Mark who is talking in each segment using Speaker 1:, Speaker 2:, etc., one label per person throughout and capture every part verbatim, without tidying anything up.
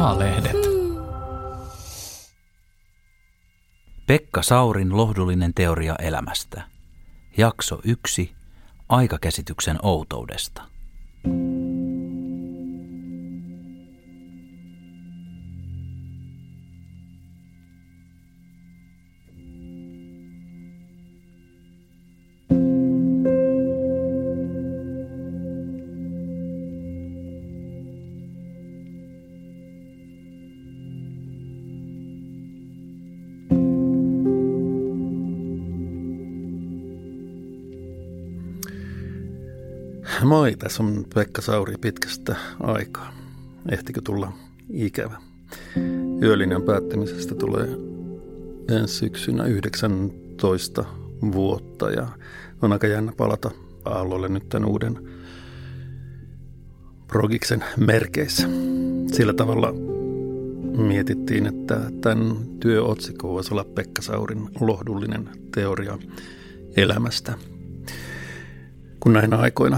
Speaker 1: Maalehdet. Pekka Saurin lohdullinen teoria elämästä. Jakso yksi. Aikakäsityksen outoudesta.
Speaker 2: Moi, tässä on Pekka Sauri pitkästä aikaa. Ehtikö tulla ikävä? Yölinjan päättämisestä tulee ensi syksynä yhdeksäntoista vuotta ja on aika jännä palata aallolle nyt tämän uuden progiksen merkeissä. Sillä tavalla mietittiin, että tämän työotsikko voisi olla Pekka Saurin lohdullinen teoria elämästä. Kun näinä aikoina,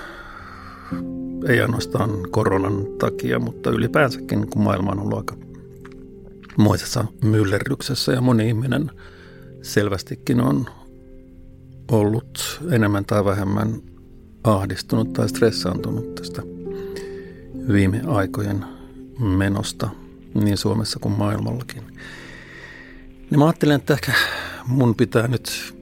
Speaker 2: ei ainoastaan koronan takia, mutta ylipäänsäkin, kun maailma on ollut aika moisessa myllerryksessä ja moni ihminen selvästikin on ollut enemmän tai vähemmän ahdistunut tai stressaantunut tästä viime aikojen menosta niin Suomessa kuin maailmallakin. Niin mä ajattelen, että ehkä mun pitää nyt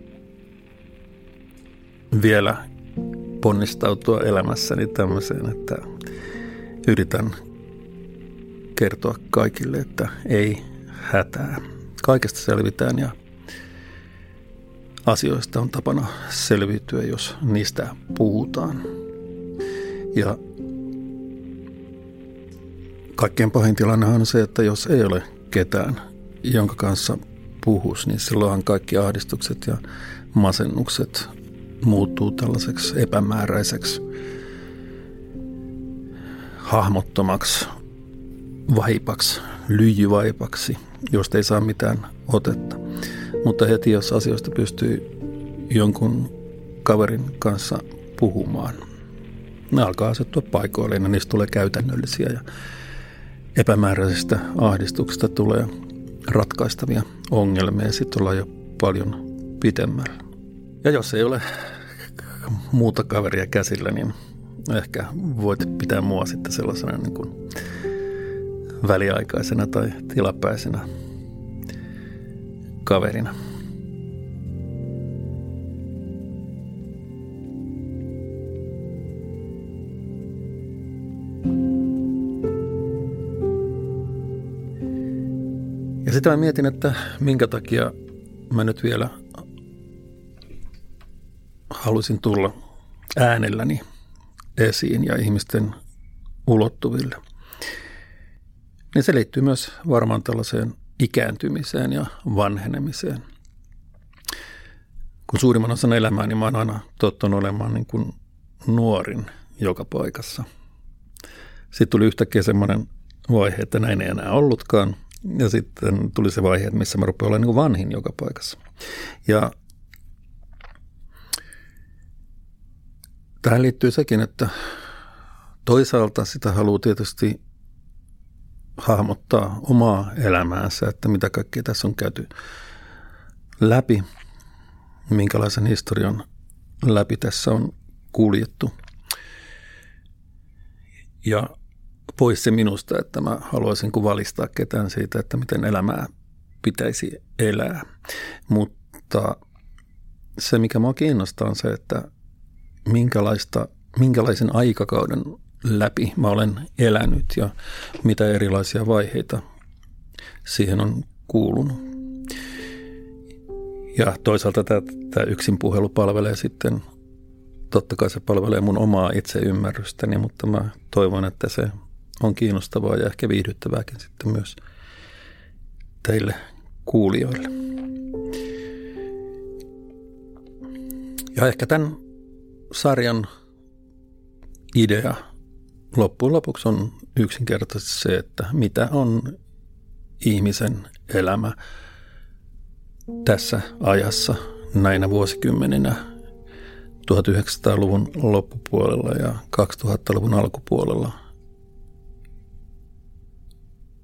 Speaker 2: vielä ponnistautua elämässäni tämmöiseen, että yritän kertoa kaikille, että ei hätää. Kaikesta selvitään ja asioista on tapana selviytyä, jos niistä puhutaan. Ja kaikkein pahin tilannehan on se, että jos ei ole ketään, jonka kanssa puhus, niin silloinhan kaikki ahdistukset ja masennukset muuttuu tällaiseksi epämääräiseksi, hahmottomaksi, vaipaksi, lyijyvaipaksi, josta ei saa mitään otetta. Mutta heti, jos asioista pystyy jonkun kaverin kanssa puhumaan, ne alkaa asettua paikoilleen ja niistä tulee käytännöllisiä ja epämääräisistä ahdistuksista tulee ratkaistavia ongelmia ja sitten ollaan jo paljon pitemmällä. Ja jos ei ole muuta kaveria käsillä, niin ehkä voit pitää mua sitten sellaisena niin kuin väliaikaisena tai tilapäisenä kaverina. Ja sitten mä mietin, että minkä takia mä nyt vielä halusin tulla äänelläni esiin ja ihmisten ulottuville. Niin se liittyy myös varmaan tällaiseen ikääntymiseen ja vanhenemiseen. Kun suurimman osan elämää, niin mä oon aina tottunut olemaan niin kuin nuorin joka paikassa. Sitten tuli yhtäkkiä semmoinen vaihe, että näin ei enää ollutkaan. Ja sitten tuli se vaihe, missä mä rupean olemaan niin kuin vanhin joka paikassa. Ja tähän liittyy sekin, että toisaalta sitä haluaa tietysti hahmottaa omaa elämäänsä, että mitä kaikkea tässä on käyty läpi, minkälaisen historian läpi tässä on kuljettu. Ja pois se minusta, että mä haluaisin valistaa ketään siitä, että miten elämää pitäisi elää. Mutta se, mikä mua kiinnostaa, on se, että minkälaista, minkälaisen aikakauden läpi mä olen elänyt ja mitä erilaisia vaiheita siihen on kuulunut. Ja toisaalta tämä, tämä yksin puhelu palvelee sitten, totta kai se palvelee mun omaa itseymmärrystäni, mutta mä toivon, että se on kiinnostavaa ja ehkä viihdyttävääkin sitten myös teille kuulijoille. Ja ehkä tämän sarjan idea loppujen lopuksi on yksinkertaisesti se, että mitä on ihmisen elämä tässä ajassa näinä vuosikymmeninä tuhatyhdeksänsataaluvun loppupuolella ja kaksituhattaluvun alkupuolella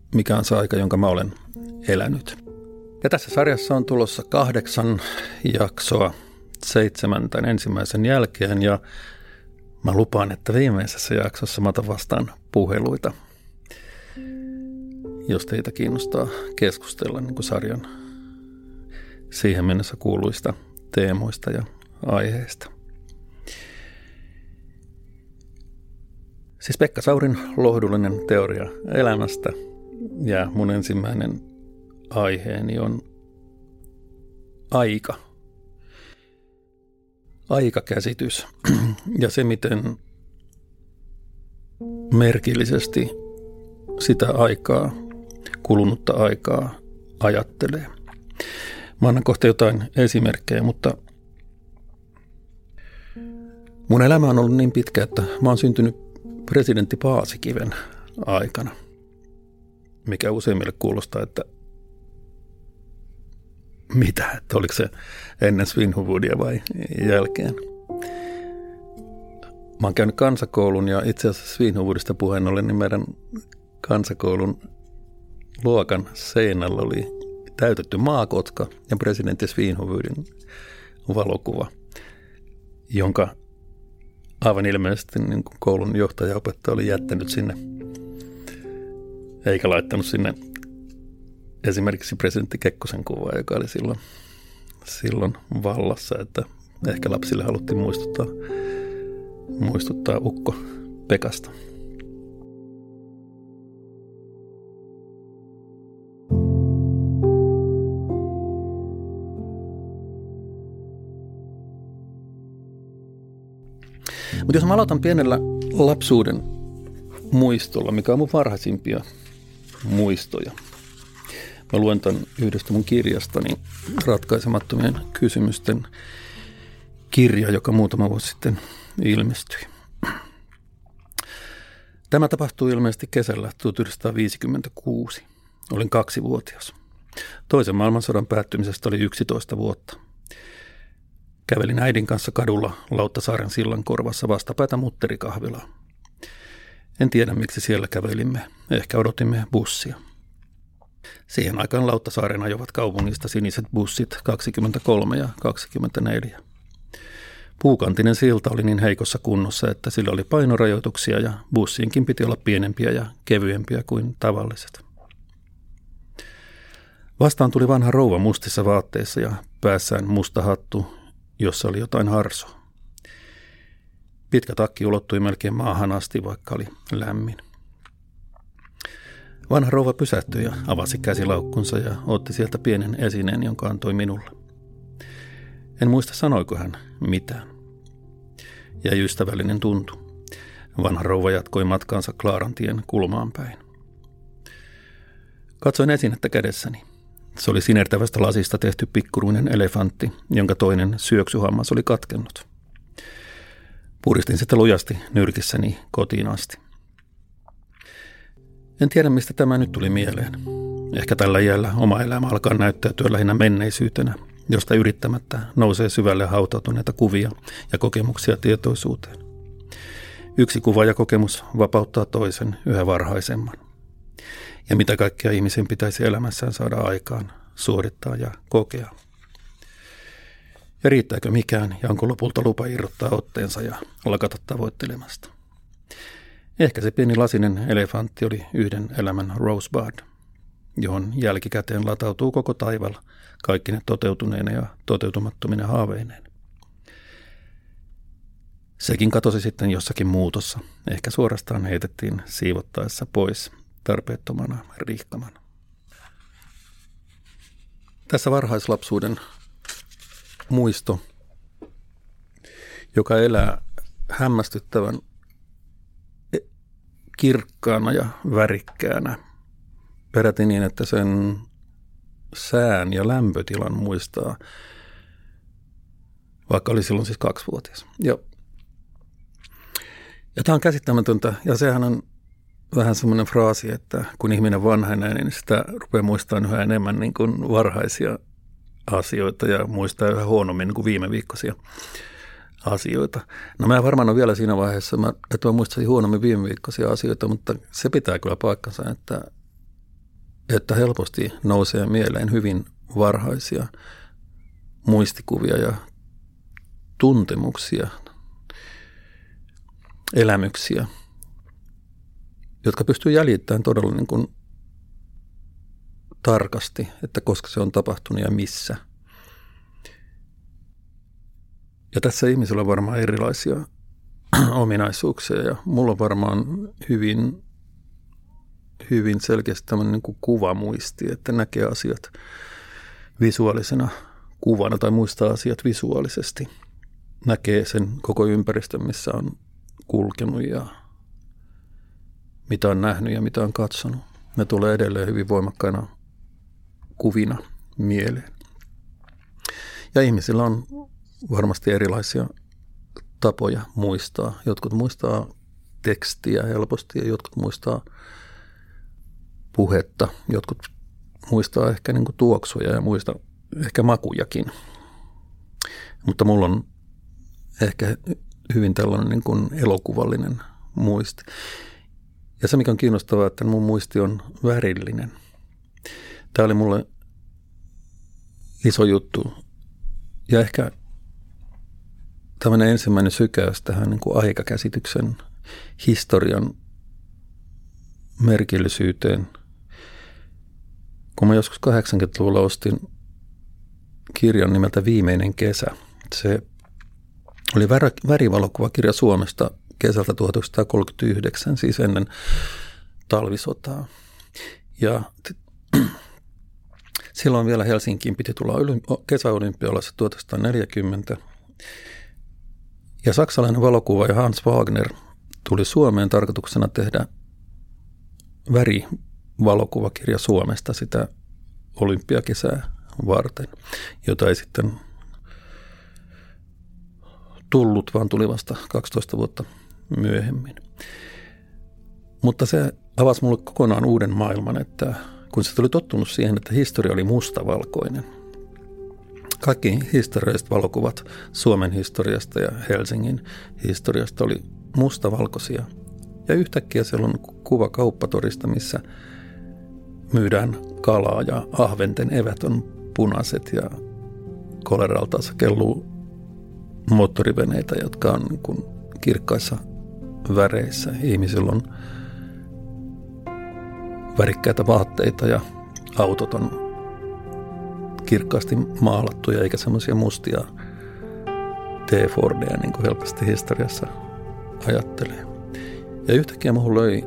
Speaker 2: mikä on se aika, jonka mä olen elänyt. Ja tässä sarjassa on tulossa kahdeksan jaksoa seitsemän tämän ensimmäisen jälkeen ja mä lupaan, että viimeisessä jaksossa mä otan vastaan puheluita, jos teitä kiinnostaa keskustella niin kuin sarjan siihen mennessä kuuluista teemoista ja aiheista. Siis Pekka Saurin lohdullinen teoria elämästä ja mun ensimmäinen aiheeni on aika. Aikakäsitys ja se, miten merkillisesti sitä aikaa, kulunutta aikaa ajattelee. Mä annan kohta jotain esimerkkejä, mutta mun elämä on ollut niin pitkä, että mä oon syntynyt presidentti Paasikiven aikana, mikä useimmille kuulostaa, että mitä, että oliko se ennen Svinhuvoodia vai jälkeen. Mä oon käynyt kansakoulun ja itse asiassa Svinhuvoodista puheen ollen, niin meidän kansakoulun luokan seinällä oli täytetty maakotka ja presidentti Svinhuvoodin valokuva, jonka aivan ilmeisesti niin kuin koulun johtaja-opettaja oli jättänyt sinne, eikä laittanut sinne esimerkiksi presidentti Kekkosen kuvaa, joka oli silloin, silloin vallassa, että ehkä lapsille haluttiin muistuttaa, muistuttaa ukko Pekasta. Mutta jos mä aloitan pienellä lapsuuden muistolla, mikä on mun varhaisimpia muistoja. Mä luen tämän yhdestä mun kirjastani Ratkaisemattomien kysymysten kirja, joka muutama vuosi sitten ilmestyi. Tämä tapahtui ilmeisesti kesällä tuhatyhdeksänsataaviisikymmentäkuusi. Olin kaksivuotias. Toisen maailmansodan päättymisestä oli yksitoista vuotta. Kävelin äidin kanssa kadulla Lauttasaaren sillan korvassa vastapäätä mutterikahvilaa. En tiedä, miksi siellä kävelimme. Ehkä odotimme bussia. Siihen aikaan Lauttasaaren ajoivat kaupungista siniset bussit kaksikymmentäkolme ja kaksikymmentäneljä. Puukantinen silta oli niin heikossa kunnossa, että sillä oli painorajoituksia ja bussiinkin piti olla pienempiä ja kevyempiä kuin tavalliset. Vastaan tuli vanha rouva mustissa vaatteissa ja päässään musta hattu, jossa oli jotain harsoa. Pitkä takki ulottui melkein maahan asti, vaikka oli lämmin. Vanha rouva pysähtyi ja avasi käsilaukkunsa ja otti sieltä pienen esineen, jonka antoi minulle. En muista, sanoiko hän mitään. Jäi ystävällinen tuntu. Vanha rouva jatkoi matkaansa Klaarantien kulmaan päin. Katsoin esinettä kädessäni. Se oli sinertävästä lasista tehty pikkuruinen elefantti, jonka toinen syöksyhammas oli katkennut. Puristin sitä lujasti nyrkissäni kotiin asti. En tiedä, mistä tämä nyt tuli mieleen. Ehkä tällä iällä oma elämä alkaa näyttäytyä lähinnä menneisyytenä, josta yrittämättä nousee syvälle hautautuneita kuvia ja kokemuksia tietoisuuteen. Yksi kuva ja kokemus vapauttaa toisen yhä varhaisemman. Ja mitä kaikkea ihmisen pitäisi elämässään saada aikaan, suorittaa ja kokea. Ja riittääkö mikään ja onko lopulta lupa irrottaa otteensa ja lakata tavoittelemasta. Ehkä se pieni lasinen elefantti oli yhden elämän Rosebud, johon jälkikäteen latautuu koko taival kaikki ne toteutuneina ja toteutumattomina haaveineen. Sekin katosi sitten jossakin muutossa, ehkä suorastaan heitettiin siivottaessa pois tarpeettomana riihkamana. Tässä varhaislapsuuden muisto, joka elää hämmästyttävän kirkkaana ja värikkäänä. Peräti niin, että sen sään ja lämpötilan muistaa, vaikka oli silloin siis kaksivuotias. Ja, ja tämä on käsittämätöntä, ja sehän on vähän semmoinen fraasi, että kun ihminen vanhenee, niin sitä rupeaa muistamaan yhä enemmän niin kuin varhaisia asioita ja muistaa yhä huonommin niin kuin viime viikkoisia asioita. No mä varmaan on vielä siinä vaiheessa, että mä muistaisin huonommin viime viikkoisia asioita, mutta se pitää kyllä paikkansa, että että helposti nousee mieleen hyvin varhaisia muistikuvia ja tuntemuksia, elämyksiä, jotka pystyy jäljittämään todella niin kuin tarkasti, että koska se on tapahtunut ja missä. Ja tässä ihmisellä on varmaan erilaisia ominaisuuksia ja mulla on varmaan hyvin, hyvin selkeästi tämmöinen niin kuin kuvamuisti, että näkee asiat visuaalisena kuvana tai muistaa asiat visuaalisesti. Näkee sen koko ympäristön, missä on kulkenut ja mitä on nähnyt ja mitä on katsonut. Ne tulee edelleen hyvin voimakkaina kuvina mieleen. Ja ihmisillä on varmasti erilaisia tapoja muistaa. Jotkut muistaa tekstiä helposti ja jotkut muistaa puhetta. Jotkut muistaa ehkä niin kuin tuoksuja ja muista ehkä makujakin. Mutta mulla on ehkä hyvin tällainen niin kuin elokuvallinen muisti. Ja se, mikä on kiinnostavaa, että mun muisti on värillinen. Tämä oli mulle iso juttu. Ja ehkä tämmöinen ensimmäinen sykäys tähän niin kuin aikakäsityksen historian merkillisyyteen. Kun mä joskus kahdeksankymmentäluvulla ostin kirjan nimeltä Viimeinen kesä. Se oli värivalokuvakirja Suomesta kesältä tuhatyhdeksänsataakolmekymmentäyhdeksän, siis ennen talvisotaa. Ja t- silloin vielä Helsinkiin piti tulla olympi- kesäolympialaiset tuhatyhdeksänsataaneljäkymmentä. Ja saksalainen valokuvaaja Hans Wagner tuli Suomeen tarkoituksena tehdä värivalokuvakirja Suomesta sitä olympiakesää varten, jota ei sitten tullut, vaan tuli vasta kaksitoista vuotta myöhemmin. Mutta se avasi mulle kokonaan uuden maailman, että kun se tuli tottunut siihen, että historia oli mustavalkoinen. Kaikki historialliset valokuvat Suomen historiasta ja Helsingin historiasta oli mustavalkoisia. Ja yhtäkkiä siellä on kuva kauppatorista, missä myydään kalaa ja ahventen evät on punaiset ja koleraltaansa kelluu moottoriveneitä, jotka on niin kuin kirkkaissa väreissä. Ihmisillä on värikkäitä vaatteita ja autot on kirkkaasti maalattuja eikä semmoisia mustia T-Fordeja, niin kuin helposti historiassa ajattelee. Ja yhtäkkiä minulla löi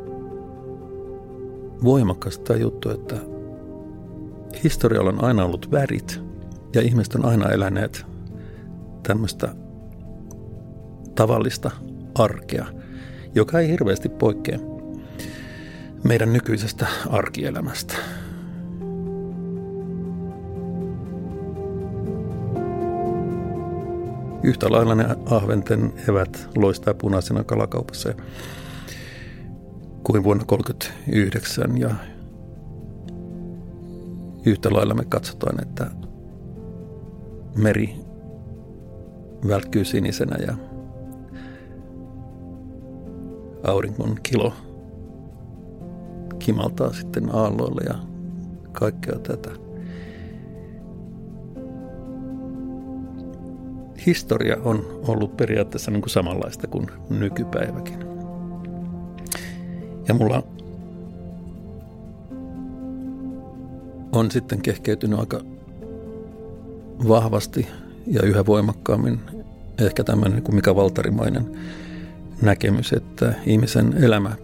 Speaker 2: voimakkaasti tämä juttu, että historialla on aina ollut värit ja ihmiset on aina eläneet tämmöistä tavallista arkea, joka ei hirveästi poikkea meidän nykyisestä arkielämästä. Yhtä lailla ne ahventen evät loistaa punaisena kalakaupassa kuin vuonna tuhatyhdeksänsataakolmekymmentäyhdeksän ja yhtä lailla me katsotaan, että meri välkkyy sinisenä ja auringon kilo kimaltaa sitten aalloille ja kaikkea tätä. Historia on ollut periaatteessa niin kuin samanlaista kuin nykypäiväkin. Ja mulla on sitten kehkeytynyt aika vahvasti ja yhä voimakkaammin ehkä tämmöinen kuin Mika Valtarimainen näkemys, että ihmisen elämä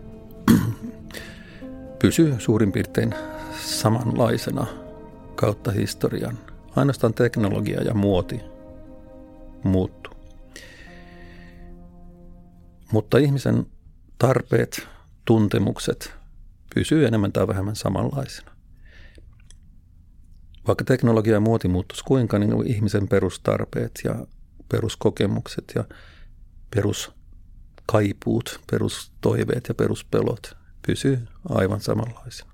Speaker 2: pysyy suurin piirtein samanlaisena kautta historian. Ainoastaan teknologia ja muoti muuttuu. Mutta ihmisen tarpeet, tuntemukset pysyy enemmän tai vähemmän samanlaisena. Vaikka teknologia ja muoti muuttuisi kuinka, niin ihmisen perustarpeet ja peruskokemukset ja peruskaipuut, perustoiveet ja peruspelot pysyy aivan samanlaisena.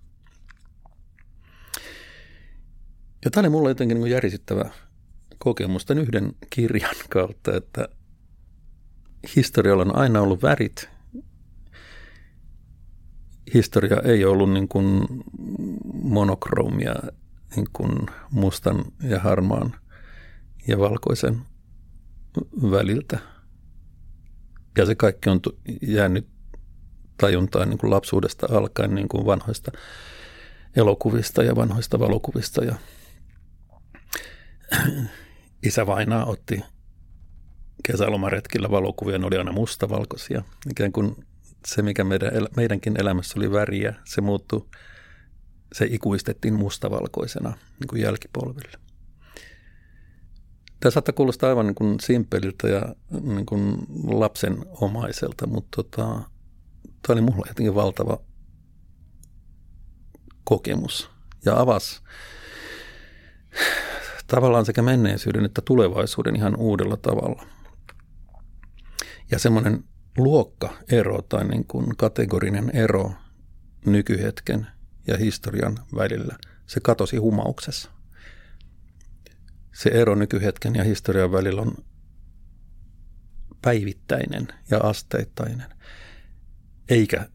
Speaker 2: Ja tämä oli mulle jotenkin niin järisyttävä kokemus tämän yhden kirjan kautta, että historialla on aina ollut värit. Historia ei ollut niin kuin monokromia niin kuin mustan ja harmaan ja valkoisen väliltä. Ja se kaikki on jäänyt tajuntaan niin kuin lapsuudesta alkaen niin kuin vanhoista elokuvista ja vanhoista valokuvista. Ja isä vainaa otti kesälomaretkillä valokuvia, ne oli aina mustavalkoisia. Ikään kuin se, mikä meidän, meidänkin elämässä oli väriä, se muuttui, se ikuistettiin mustavalkoisena niin kuin jälkipolville. Tämä saattaa kuulostaa aivan niin kuin simppeliltä ja niin kuin lapsenomaiselta, mutta tota, tämä oli mulle jotenkin valtava kokemus ja avasi tavallaan sekä menneisyyden että tulevaisuuden ihan uudella tavalla. Ja semmoinen luokkaero tai niin kuin kategorinen ero nykyhetken ja historian välillä, se katosi humauksessa. Se ero nykyhetken ja historian välillä on päivittäinen ja asteittainen, eikä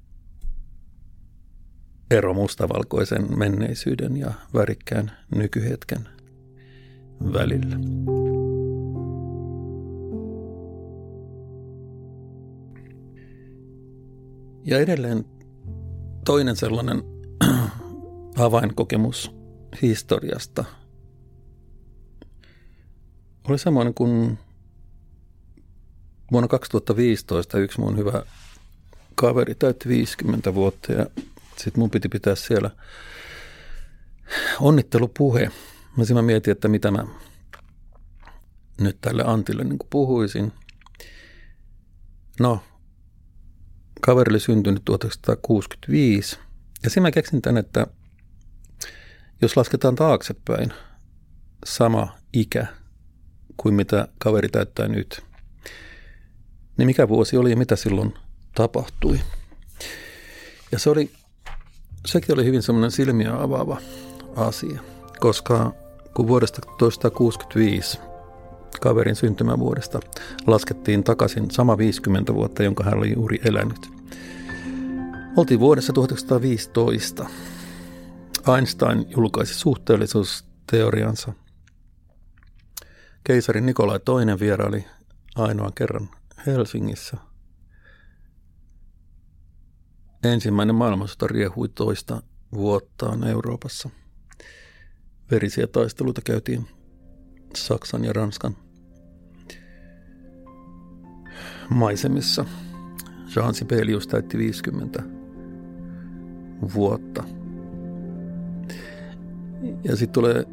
Speaker 2: ero mustavalkoisen menneisyyden ja värikkään nykyhetken välillä. Ja edelleen toinen sellainen avainkokemus historiasta oli semmoinen, kun vuonna kaksituhattaviisitoista yksi mun hyvä kaveri täytti viisikymmentä vuotta ja sitten mun piti pitää siellä onnittelupuhe. Mä, mä mietin, että mitä mä nyt tälle Antille niin kuin puhuisin. No, kaveri oli syntynyt tuhatyhdeksänsataakuusikymmentäviisi ja siinä mä keksin tämän, että jos lasketaan taaksepäin sama ikä kuin mitä kaveri täyttää nyt, niin mikä vuosi oli ja mitä silloin tapahtui. Ja se oli, sekin oli hyvin semmoinen silmiä avaava asia, koska kun vuodesta tuhatyhdeksänsataakuusikymmentäviisi kaverin syntymävuodesta laskettiin takaisin sama viisikymmentä vuotta, jonka hän oli juuri elänyt. Oltiin vuodessa tuhatyhdeksänsataaviisitoista. Einstein julkaisi suhteellisuusteoriansa. Keisari Nikolai toinen vieraili ainoan kerran Helsingissä. Ensimmäinen maailmansota riehui toista vuottaan Euroopassa. Verisiä taisteluita käytiin Saksan ja Ranskan maisemissa. Jean Sibelius täytti viisikymmentä vuotta. Ja sitten tulee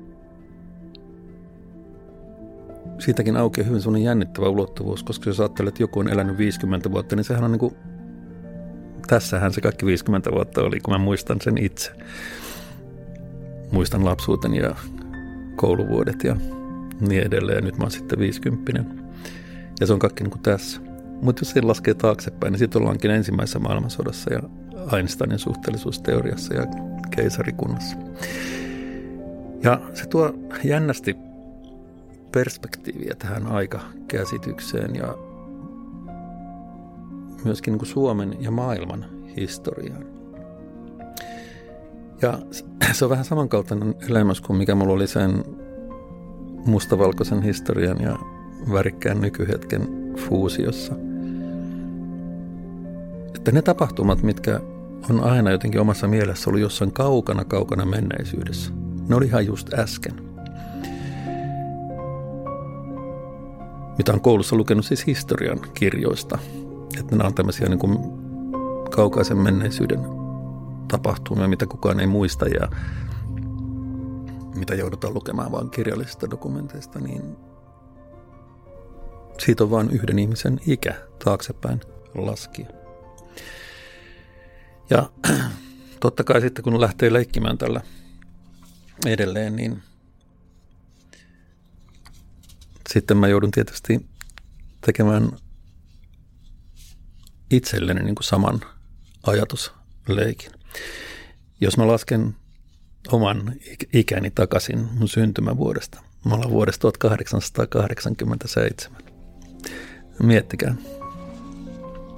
Speaker 2: siitäkin aukeaa hyvin sellainen jännittävä ulottuvuus, koska jos ajattelet, että joku on elänyt viisikymmentä vuotta, niin sehän on niin kuin, tässähän se kaikki viisikymmentä vuotta oli, kun mä muistan sen itse. Muistan lapsuuteni ja kouluvuodet ja niin edelleen, ja nyt mä oon sitten viisikymppinen. Ja se on kaikki niin kuin tässä. Mutta jos se laskee taaksepäin, niin sitten ollaankin ensimmäisessä maailmansodassa ja Einsteinin suhteellisuusteoriassa ja keisarikunnassa. Ja se tuo jännästi perspektiiviä tähän aikakäsitykseen ja myöskin niin kuin Suomen ja maailman historiaan. Ja se on vähän samankaltainen elämys kuin mikä mulla oli sen mustavalkoisen historian ja värikkään nykyhetken fuusiossa. Että ne tapahtumat, mitkä on aina jotenkin omassa mielessä ollut jossain kaukana, kaukana menneisyydessä, ne oli ihan just äsken. Mitä on koulussa lukenut siis historian kirjoista. Että nämä on tämmöisiä niin kuin kaukaisen menneisyyden tapahtumia, mitä kukaan ei muista ja mitä joudutaan lukemaan vain kirjallisista dokumenteista, niin siitä on vain yhden ihmisen ikä taaksepäin laskien. Ja totta kai sitten kun lähtee leikkimään tällä edelleen, niin sitten mä joudun tietysti tekemään itselleni niin kuin saman ajatusleikin. Jos mä lasken oman ikäni takaisin mun syntymävuodesta, mä ollaan vuodesta tuhatkahdeksansataakahdeksankymmentäseitsemän. Miettikää.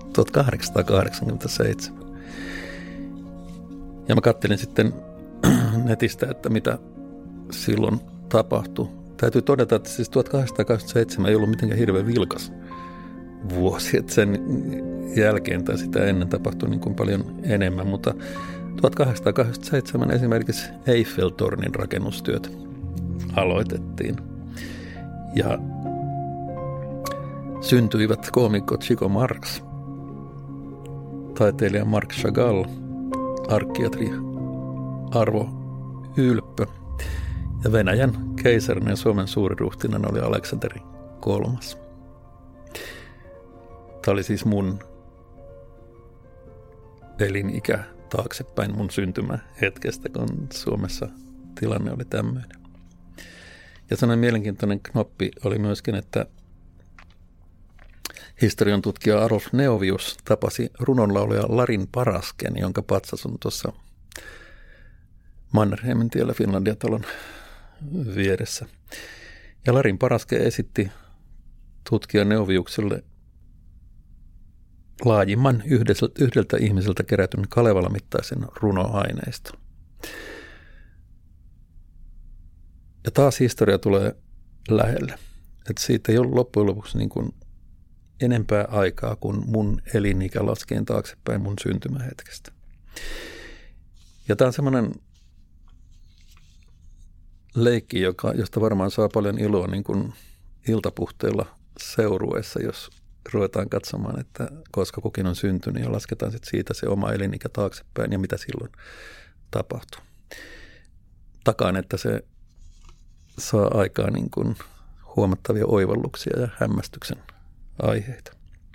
Speaker 2: tuhatkahdeksansataakahdeksankymmentäseitsemän. Ja mä kattelin sitten netistä, että mitä silloin tapahtui. Täytyy todeta, että siis tuhatkahdeksansataakaksikymmentäseitsemän ei ollut mitenkään hirveän vilkas vuosi, että sen jälkeen tai sitä ennen tapahtui niin kuin paljon enemmän, mutta tuhatkahdeksansataakahdeksankymmentäseitsemän esimerkiksi Eiffel-tornin rakennustyöt aloitettiin ja syntyivät koomikko Chico Marx, taiteilija Marc Chagall, arkkiatri Arvo Ylppö ja Venäjän keisarinen ja Suomen suuriruhtinaan oli Aleksanteri kolmas. Tämä oli siis mun elinikä taaksepäin mun syntymähetkestä, kun Suomessa tilanne oli tämmöinen. Ja sellainen mielenkiintoinen knoppi oli myöskin, että historian tutkija Adolf Neovius tapasi runonlaulaja Larin Parasken, jonka patsas on tuossa Mannerheimin tiellä Finlandia-talon vieressä. Ja Larin Paraske esitti tutkija Neoviukselle laajimman yhdeltä, yhdeltä ihmiseltä kerätyn Kalevala-mittaisen runoaineiston. Ja taas historia tulee lähelle. Että siitä ei ollut loppujen lopuksi niin kuin enempää aikaa kuin mun elinikä laskien taaksepäin mun syntymähetkestä. Ja tämä on semmoinen leikki, joka, josta varmaan saa paljon iloa niin kuin iltapuhteilla seurueessa, jos ruvetaan katsomaan, että koska kukin on syntynyt ja lasketaan sitten siitä se oma elinikä taaksepäin ja mitä silloin tapahtuu. Takaan, että se saa aikaa niin kuin huomattavia oivalluksia ja hämmästyksen aiheita.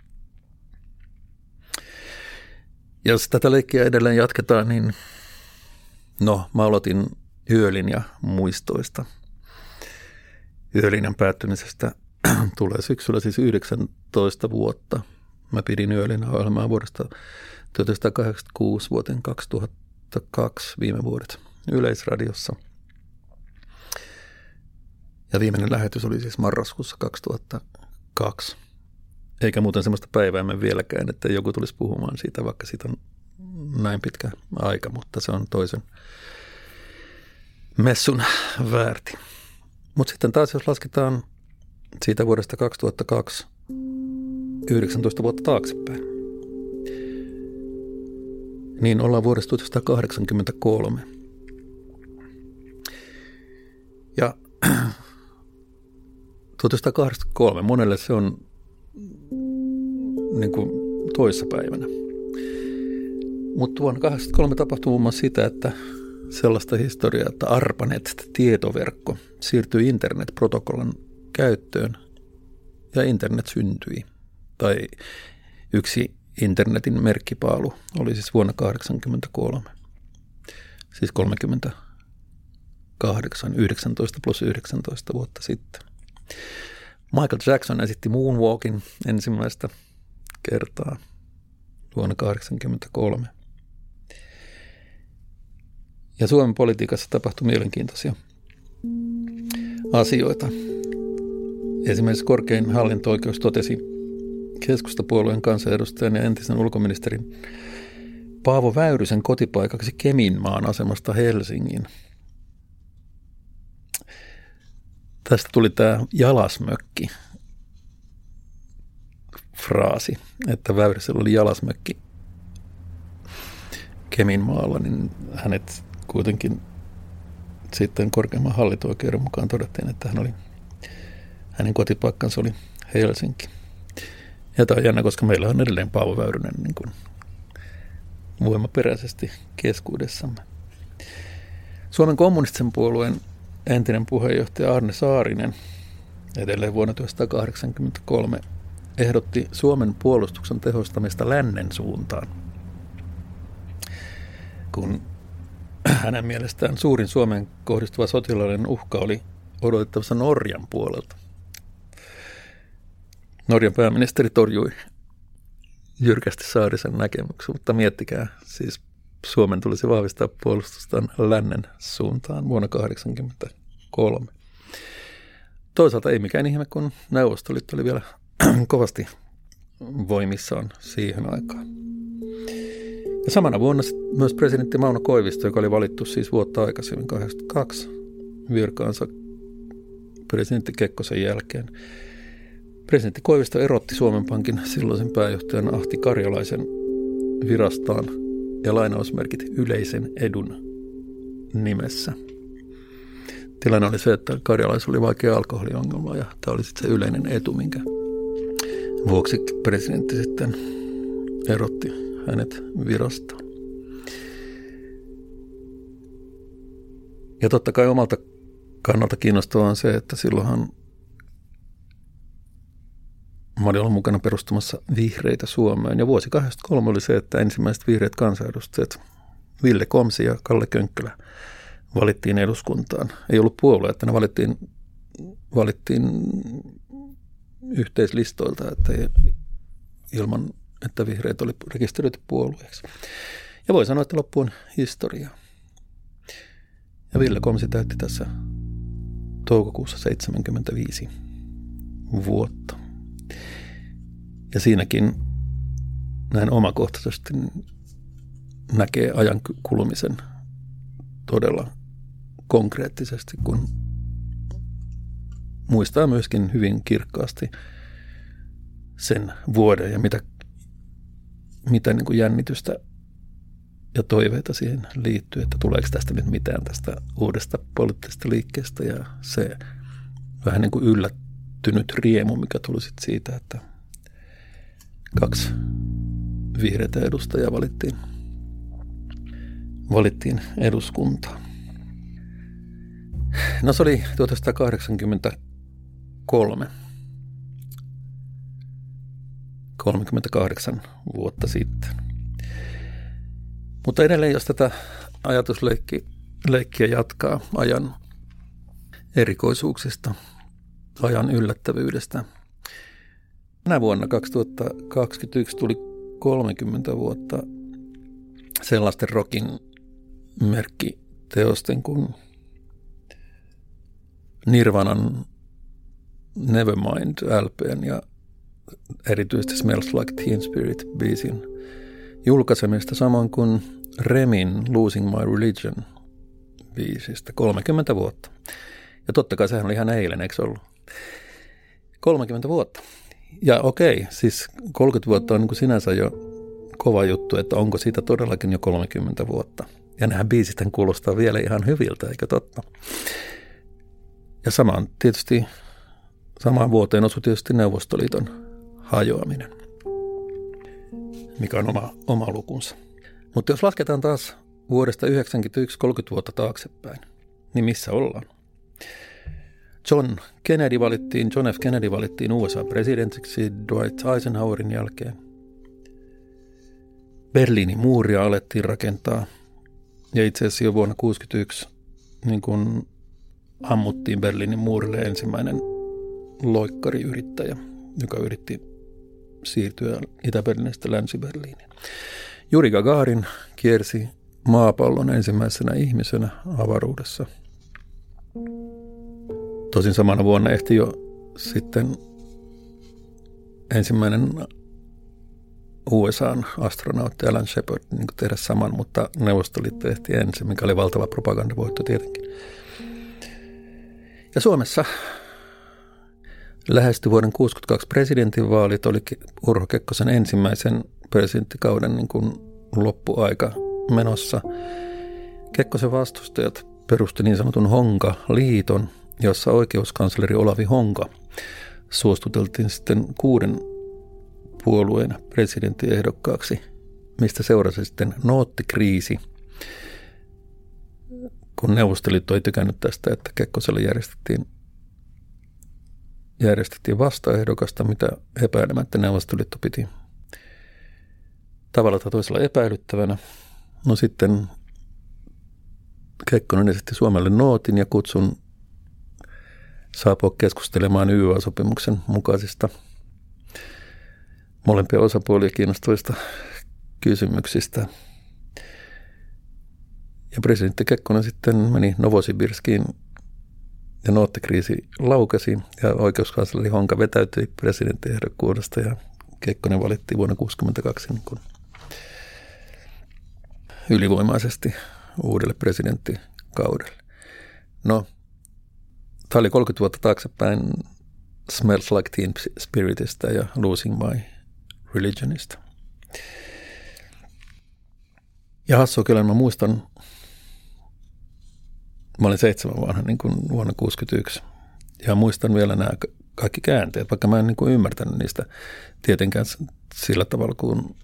Speaker 2: Jos tätä leikkiä edelleen jatketaan, niin no, mä aloitin Yölinja muistoista. Yölinjan päättymisestä tulee syksyllä siis yhdeksäntoista vuotta. Mä pidin Yölinja-ohjelmaa vuodesta tuhatyhdeksänsataakahdeksankymmentäkuusi vuoteen kaksituhattakaksi viime vuodet Yleisradiossa. Ja viimeinen lähetys oli siis marraskuussa kaksituhattakaksi. Eikä muuten sellaista päivää me vieläkään, että joku tulisi puhumaan siitä, vaikka siitä on näin pitkä aika, mutta se on toisen messun väärti. Mutta sitten taas, jos lasketaan siitä vuodesta kaksituhattakaksi yhdeksäntoista vuotta taaksepäin, niin ollaan vuodesta tuhatyhdeksänsataakahdeksankymmentäkolme. Ja tuhatyhdeksänsataakahdeksankymmentäkolme, monelle se on niin kuin toissapäivänä. Mutta vuonna tuhatyhdeksänsataakahdeksankymmentäkolme tapahtui muun muassa sitä, että sellaista historiaa, että ARPANET-tietoverkko siirtyi internet-protokollan käyttöön ja internet syntyi. Tai yksi internetin merkkipaalu oli siis vuonna tuhatyhdeksänsataakahdeksankymmentäkolme. Siis kolmekymmentäkahdeksan, yhdeksäntoista plus yhdeksäntoista vuotta sitten. Michael Jackson esitti Moonwalkin ensimmäistä kertaa vuonna tuhatyhdeksänsataakahdeksankymmentäkolme. Ja Suomen politiikassa tapahtui mielenkiintoisia asioita. Esimerkiksi korkein hallinto-oikeus totesi keskustapuolueen kansanedustajan ja entisen ulkoministerin Paavo Väyrysen kotipaikaksi Keminmaan asemasta Helsingin. Tästä tuli tämä jalasmökki fraasi, että Väyrysellä oli jalasmökki Keminmaalla, niin hänet kuitenkin sitten korkeimman hallinto-oikeuden mukaan todettiin, että hän oli, hänen kotipaikkansa oli Helsinki. Ja tämä on jännä, koska meillä on edelleen Paavo Väyrynen niin kuin voimaperäisesti keskuudessamme. Suomen kommunistisen puolueen entinen puheenjohtaja Arne Saarinen edelleen vuonna tuhatyhdeksänsataakahdeksankymmentäkolme ehdotti Suomen puolustuksen tehostamista lännen suuntaan, kun hänen mielestään suurin Suomeen kohdistuva sotilaallinen uhka oli odotettavassa Norjan puolelta. Norjan pääministeri torjui jyrkästi Saarisen näkemyksen, mutta miettikää, siis Suomen tulisi vahvistaa puolustustaan lännen suuntaan vuonna tuhatyhdeksänsataakahdeksankymmentäkolme. Toisaalta ei mikään ihme, kun Neuvostoliitto oli vielä kovasti voimissaan siihen aikaan. Ja samana vuonna myös presidentti Mauno Koivisto, joka oli valittu siis vuotta aikaisemmin kahdeksankymmentäkaksi virkaansa presidentti Kekkosen jälkeen. Presidentti Koivisto erotti Suomen Pankin silloisen pääjohtajan Ahti Karjalaisen virastaan ja lainausmerkit yleisen edun nimessä. Tilanne oli se, että Karjalaisella oli vaikea alkoholiongelma ja tämä oli sitten se yleinen etu, minkä vuoksi presidentti sitten erotti hänet virastaan. Ja totta kai omalta kannalta kiinnostavaa on se, että silloinhan mä olin ollut mukana perustamassa vihreitä Suomeen. Ja vuosi kahdeksankymmentäkolme oli se, että ensimmäiset vihreät kansanedustajat Ville Komsi ja Kalle Könkkölä valittiin eduskuntaan. Ei ollut puolue, että ne valittiin, valittiin yhteislistoilta, että ilman, että vihreät oli rekisteröity puolueeksi. Ja voi sanoa, että loppu on historia. Ja Ville Komsi täytti tässä toukokuussa seitsemänkymmentäviisi vuotta. Ja siinäkin näin omakohtaisesti näkee ajan kulumisen todella konkreettisesti, kun muistaa myöskin hyvin kirkkaasti sen vuoden ja mitä, mitä niin kuin jännitystä ja toiveita siihen liittyy, että tuleeko tästä nyt mitään tästä uudesta poliittisesta liikkeestä ja se vähän niin kuin yllättynyt riemu, mikä tuli sitten siitä, että kaksi vihreätä edustajaa valittiin, valittiin eduskuntaan. No se oli tuhatyhdeksänsataakahdeksankymmentäkolme, kolmekymmentäkahdeksan vuotta sitten. Mutta edelleen, jos tätä ajatusleikkiä jatkaa ajan erikoisuuksista, ajan yllättävyydestä. Tänä vuonna kaksituhattakaksikymmentäyksi tuli kolmekymmentä vuotta sellaisten rockin merkkiteosten kuin Nirvanan Nevermind L P:n ja erityisesti Smells Like Teen Spirit-biisin julkaisemista, samoin kuin Remin Losing My Religion -biisistä kolmekymmentä vuotta. Ja totta kai sehän oli ihan eilen, eikö ollut? kolmekymmentä vuotta. Ja okei, siis kolmekymmentä vuotta on niin kuin sinänsä jo kova juttu, että onko siitä todellakin jo kolmekymmentä vuotta. Ja nämä biisit kuulostaa vielä ihan hyviltä, eikö totta? Ja samaan tietysti, samaan vuoteen osui tietysti Neuvostoliiton hajoaminen, mikä on oma, oma lukunsa. Mutta jos lasketaan taas vuodesta yhdeksänkymmentäyksi kolmekymmentä vuotta taaksepäin, niin missä ollaan? John Kennedy valittiin, John F. Kennedy valittiin U S A-presidentiksi Dwight Eisenhowerin jälkeen. Berliinin muuria alettiin rakentaa ja itse asiassa jo vuonna tuhatyhdeksänsataakuusikymmentäyksi niin kun ammuttiin Berliinin muurille ensimmäinen loikkariyrittäjä, joka yritti siirtyä Itä-Berliinistä Länsi-Berliiniin. Juri Gagarin kiersi maapallon ensimmäisenä ihmisenä avaruudessa. Tosin samana vuonna ehti jo sitten ensimmäinen U S A:n astronautti Alan Shepard niin tehdä saman, mutta Neuvostoliitto ehti ensin, mikä oli valtava propagandavoitto tietenkin. Ja Suomessa lähestyi vuoden tuhatyhdeksänsataakuusikymmentäkaksi presidentinvaalit, oli Urho Kekkosen ensimmäisen presidenttikauden niin kuin loppuaika menossa. Kekkosen vastustajat perusti niin sanotun Honka-liiton, jossa oikeuskansleri Olavi Honka suostuteltiin sitten kuuden puolueen presidenttiehdokkaaksi, mistä seurasi sitten noottikriisi, kun Neuvostoliitto ei tykännyt tästä, että Kekkoselle järjestettiin, järjestettiin vastaehdokasta, mitä epäilemättä Neuvostoliitto piti tavalla tai toisella epäilyttävänä. No sitten Kekkonen esitti Suomelle nootin ja kutsun saapua keskustelemaan Y Y A-sopimuksen mukaisista molempia osapuolia kiinnostavista kysymyksistä. Ja presidentti Kekkonen sitten meni Novosibirskiin ja noottikriisi laukesi ja oikeuskansleri Honka vetäytyi presidenttiehdokkuudesta ja Kekkonen valittiin vuonna tuhatyhdeksänsataakuusikymmentäkaksi niin kuin ylivoimaisesti uudelle presidenttikaudelle. No, tämä oli kolmekymmentä vuotta taaksepäin Smells Like Teen Spiritistä ja Losing My Religionista. Ja hassua kyllä, mä muistan, mä olin seitsemän vanha niin kuin vuonna kuusikymmentäyksi. Ja muistan vielä nämä kaikki käänteet, vaikka mä en niin kuin ymmärtänyt niistä tietenkään sillä tavalla, kun,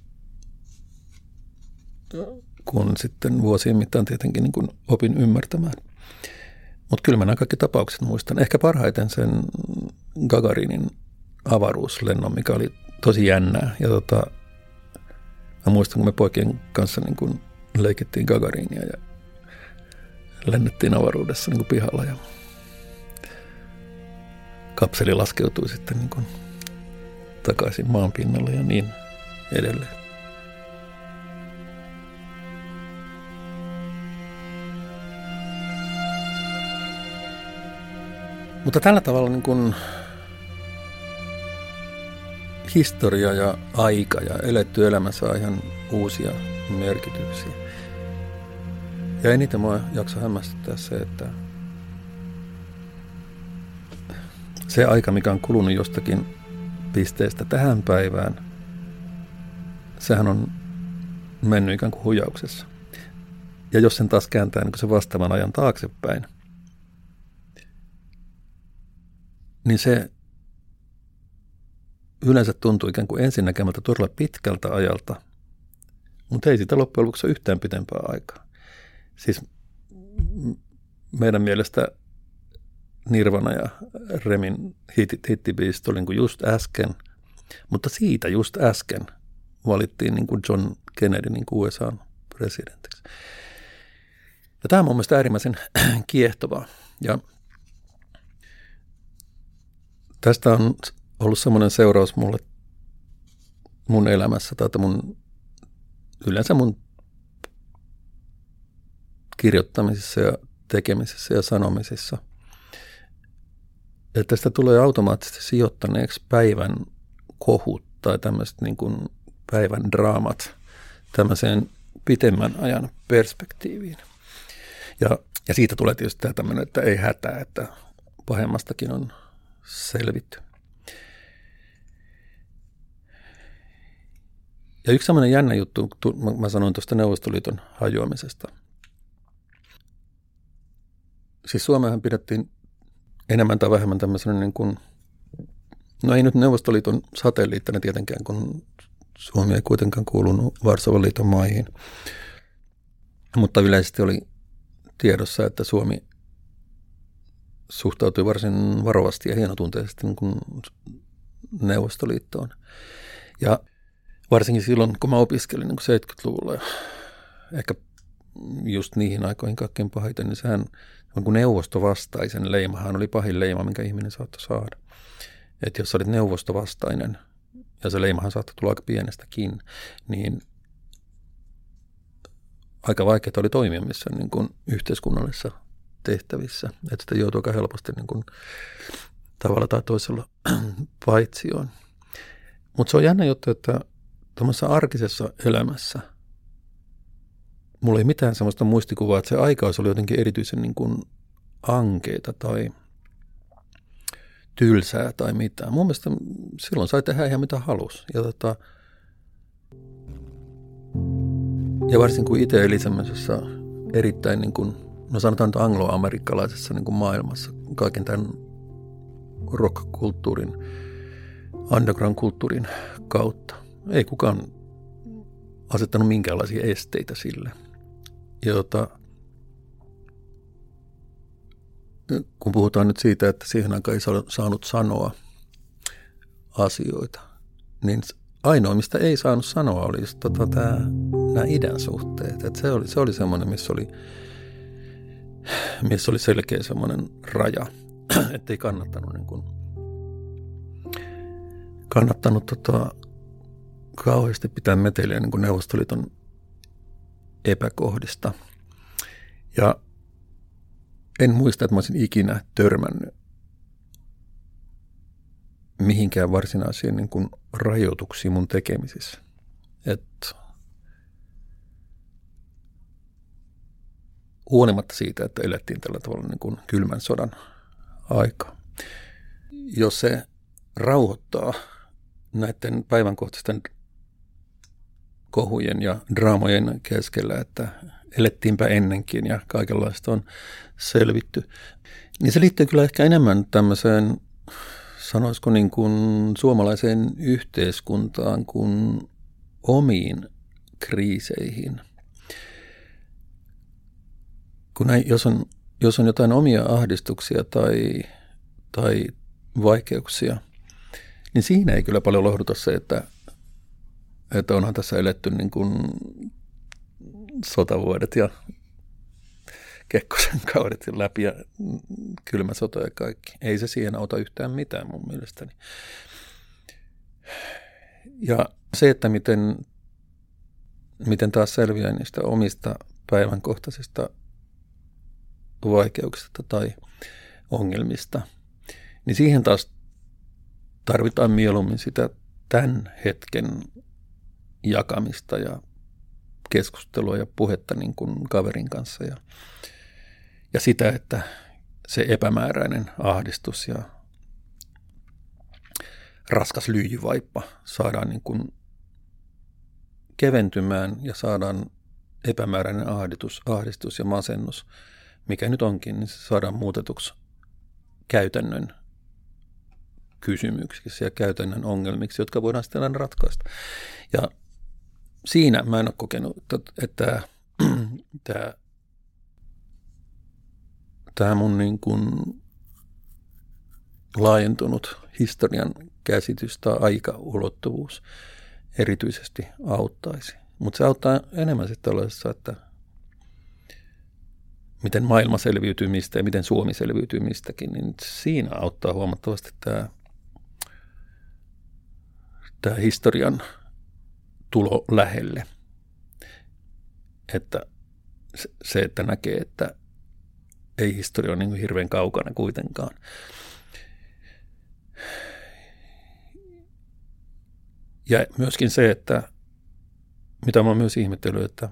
Speaker 2: kun sitten vuosien mittaan tietenkin niin kuin opin ymmärtämään. Mutta kyllä mä nämä kaikki tapaukset muistan. Ehkä parhaiten sen Gagarinin avaruuslennon, mikä oli tosi jännää. Ja tota, mä muistan, kun me poikien kanssa niin kun leikittiin Gagarinia ja lennettiin avaruudessa niin kuin pihalla. Ja kapseli laskeutui sitten niin kuin takaisin maan pinnalle ja niin edelleen. Mutta tällä tavalla niin kuin historia ja aika ja eletty elämä saa ihan uusia merkityksiä. Ja eniten mua jakso hämmästyttää se, että se aika, mikä on kulunut jostakin pisteestä tähän päivään, sehän on mennyt ikään kuin huijauksessa. Ja jos sen taas kääntää niin kuin se vastaavan ajan taaksepäin, niin se yleensä tuntuu ikään kuin ensinnäkemältä todella pitkältä ajalta, mutta ei siitä loppujen lopuksi ole yhtään pitempää aikaa. Siis meidän mielestä Nirvana ja Remin hittibiisit oli niin kuin just äsken, mutta siitä just äsken valittiin niin kuin John Kennedy niin kuin U S A:n presidentiksi. Ja tämä on mun mielestä äärimmäisen kiehtovaa. Ja tästä on ollut semmoinen seuraus mulle mun elämässä, tai mun, yleensä mun kirjoittamisissa ja tekemisessä ja sanomisissa, että tästä tulee automaattisesti sijoittaneeksi päivän kohut tai tämmöiset niin kuin päivän draamat tämmöiseen pitemmän ajan perspektiiviin. Ja, ja siitä tulee tietysti tämä tämmöinen, että ei hätää, että pahemmastakin on selvitty. Ja yksi sellainen jännä juttu, mä sanoin tuosta Neuvostoliiton hajoamisesta. Siis Suomeahan pidettiin enemmän tai vähemmän tämmöisenä niin kuin, no ei nyt Neuvostoliiton satelliittana tietenkään, kun Suomi ei kuitenkaan kuulunut Varsovan liiton maihin. Mutta yleisesti oli tiedossa, että Suomi suhtautui varsin varovasti ja hienotunteisesti niin kuin Neuvostoliittoon. Ja varsinkin silloin, kun mä opiskelin niin kuin seitsemänkymmentäluvulla ja ehkä just niihin aikoihin kaikkein pahiten, niin sehän kun neuvostovastaisen leimahan oli pahin leima, minkä ihminen saattoi saada. Että jos olit neuvostovastainen, ja se leimahan saattoi tulla aika pienestäkin, niin aika vaikeaa oli toimia missään niin kuin yhteiskunnallisissa tehtävissä. Että sitä joutui aika helposti niin kuin tavalla tai toisella paitsioon. Mutta se on jännä juttu, että tuollaisessa arkisessa elämässä mulla ei mitään sellaista muistikuvaa, että se aikaus oli jotenkin erityisen niin kuin ankeita tai tylsää tai mitään. Mun mielestä silloin sai tehdä ihan mitä halusi. Ja, tota, ja varsinkin kun itse eli semmoisessa erittäin, niin kuin, no sanotaan nyt anglo-amerikkalaisessa niin kuin maailmassa, kaiken tämän rock-kulttuurin, underground-kulttuurin kautta. Ei kukaan asettanut minkäänlaisia esteitä sille. Ja tota, kun puhutaan nyt siitä, että siihen aikaan ei saanut sanoa asioita, niin ainoa, mistä ei saanut sanoa, oli just tota, tää, nämä idän suhteet. Et se oli, se oli semmoinen, missä oli, missä oli selkeä semmoinen raja, ettei kannattanut, niin kuin, kannattanut tota, kauheasti pitää meteliä niin kuin Neuvostoliiton epäkohdista. Ja en muista, että mä olisin ikinä törmännyt mihinkään varsinaisiin niin kuin rajoituksiin mun tekemisissä. Et huolimatta siitä, että elettiin tällä tavalla niin kuin kylmän sodan aikaa. Jos se rauhoittaa näiden päivänkohtaisten kohujen ja draamojen keskellä, että elettiinpä ennenkin ja kaikenlaista on selvitty, niin se liittyy kyllä ehkä enemmän tämmöiseen, sanoisiko niin kuin suomalaiseen yhteiskuntaan kuin omiin kriiseihin. Kun ei, jos, on, jos on jotain omia ahdistuksia tai, tai vaikeuksia, niin siinä ei kyllä paljon lohduta se, että, että onhan tässä eletty niin kuin sotavuodet ja Kekkosen kaudet läpi ja kylmä sota ja kaikki. Ei se siihen auta yhtään mitään mun mielestäni. Ja se, että miten, miten taas selviää niistä omista päivänkohtaisista vaikeuksista tai ongelmista, niin siihen taas tarvitaan mieluummin sitä tämän hetken jakamista ja keskustelua ja puhetta niin kuin kaverin kanssa ja, ja sitä, että se epämääräinen ahdistus ja raskas lyijyvaippa saadaan niin kuin keventymään ja saadaan epämääräinen ahdistus, ahdistus ja masennus, mikä nyt onkin, niin se saadaan muutetuksi käytännön kysymyksiksi ja käytännön ongelmiksi, jotka voidaan sitten aina ratkaista. Ja siinä mä en ole kokenut, että, että tämä, tämä mun niin kuin laajentunut historian käsitys tai aikaulottuvuus erityisesti auttaisi. Mutta se auttaa enemmän sitten tällaisessa, että miten maailma selviytyy mistä ja miten Suomi selviytyy mistäkin, niin siinä auttaa huomattavasti tämä, tämä historian tulo lähelle. Että se, että näkee, että ei historia ole niin kuin hirveän kaukana kuitenkaan. Ja myöskin se, että mitä mä oon myös ihmetellyt, että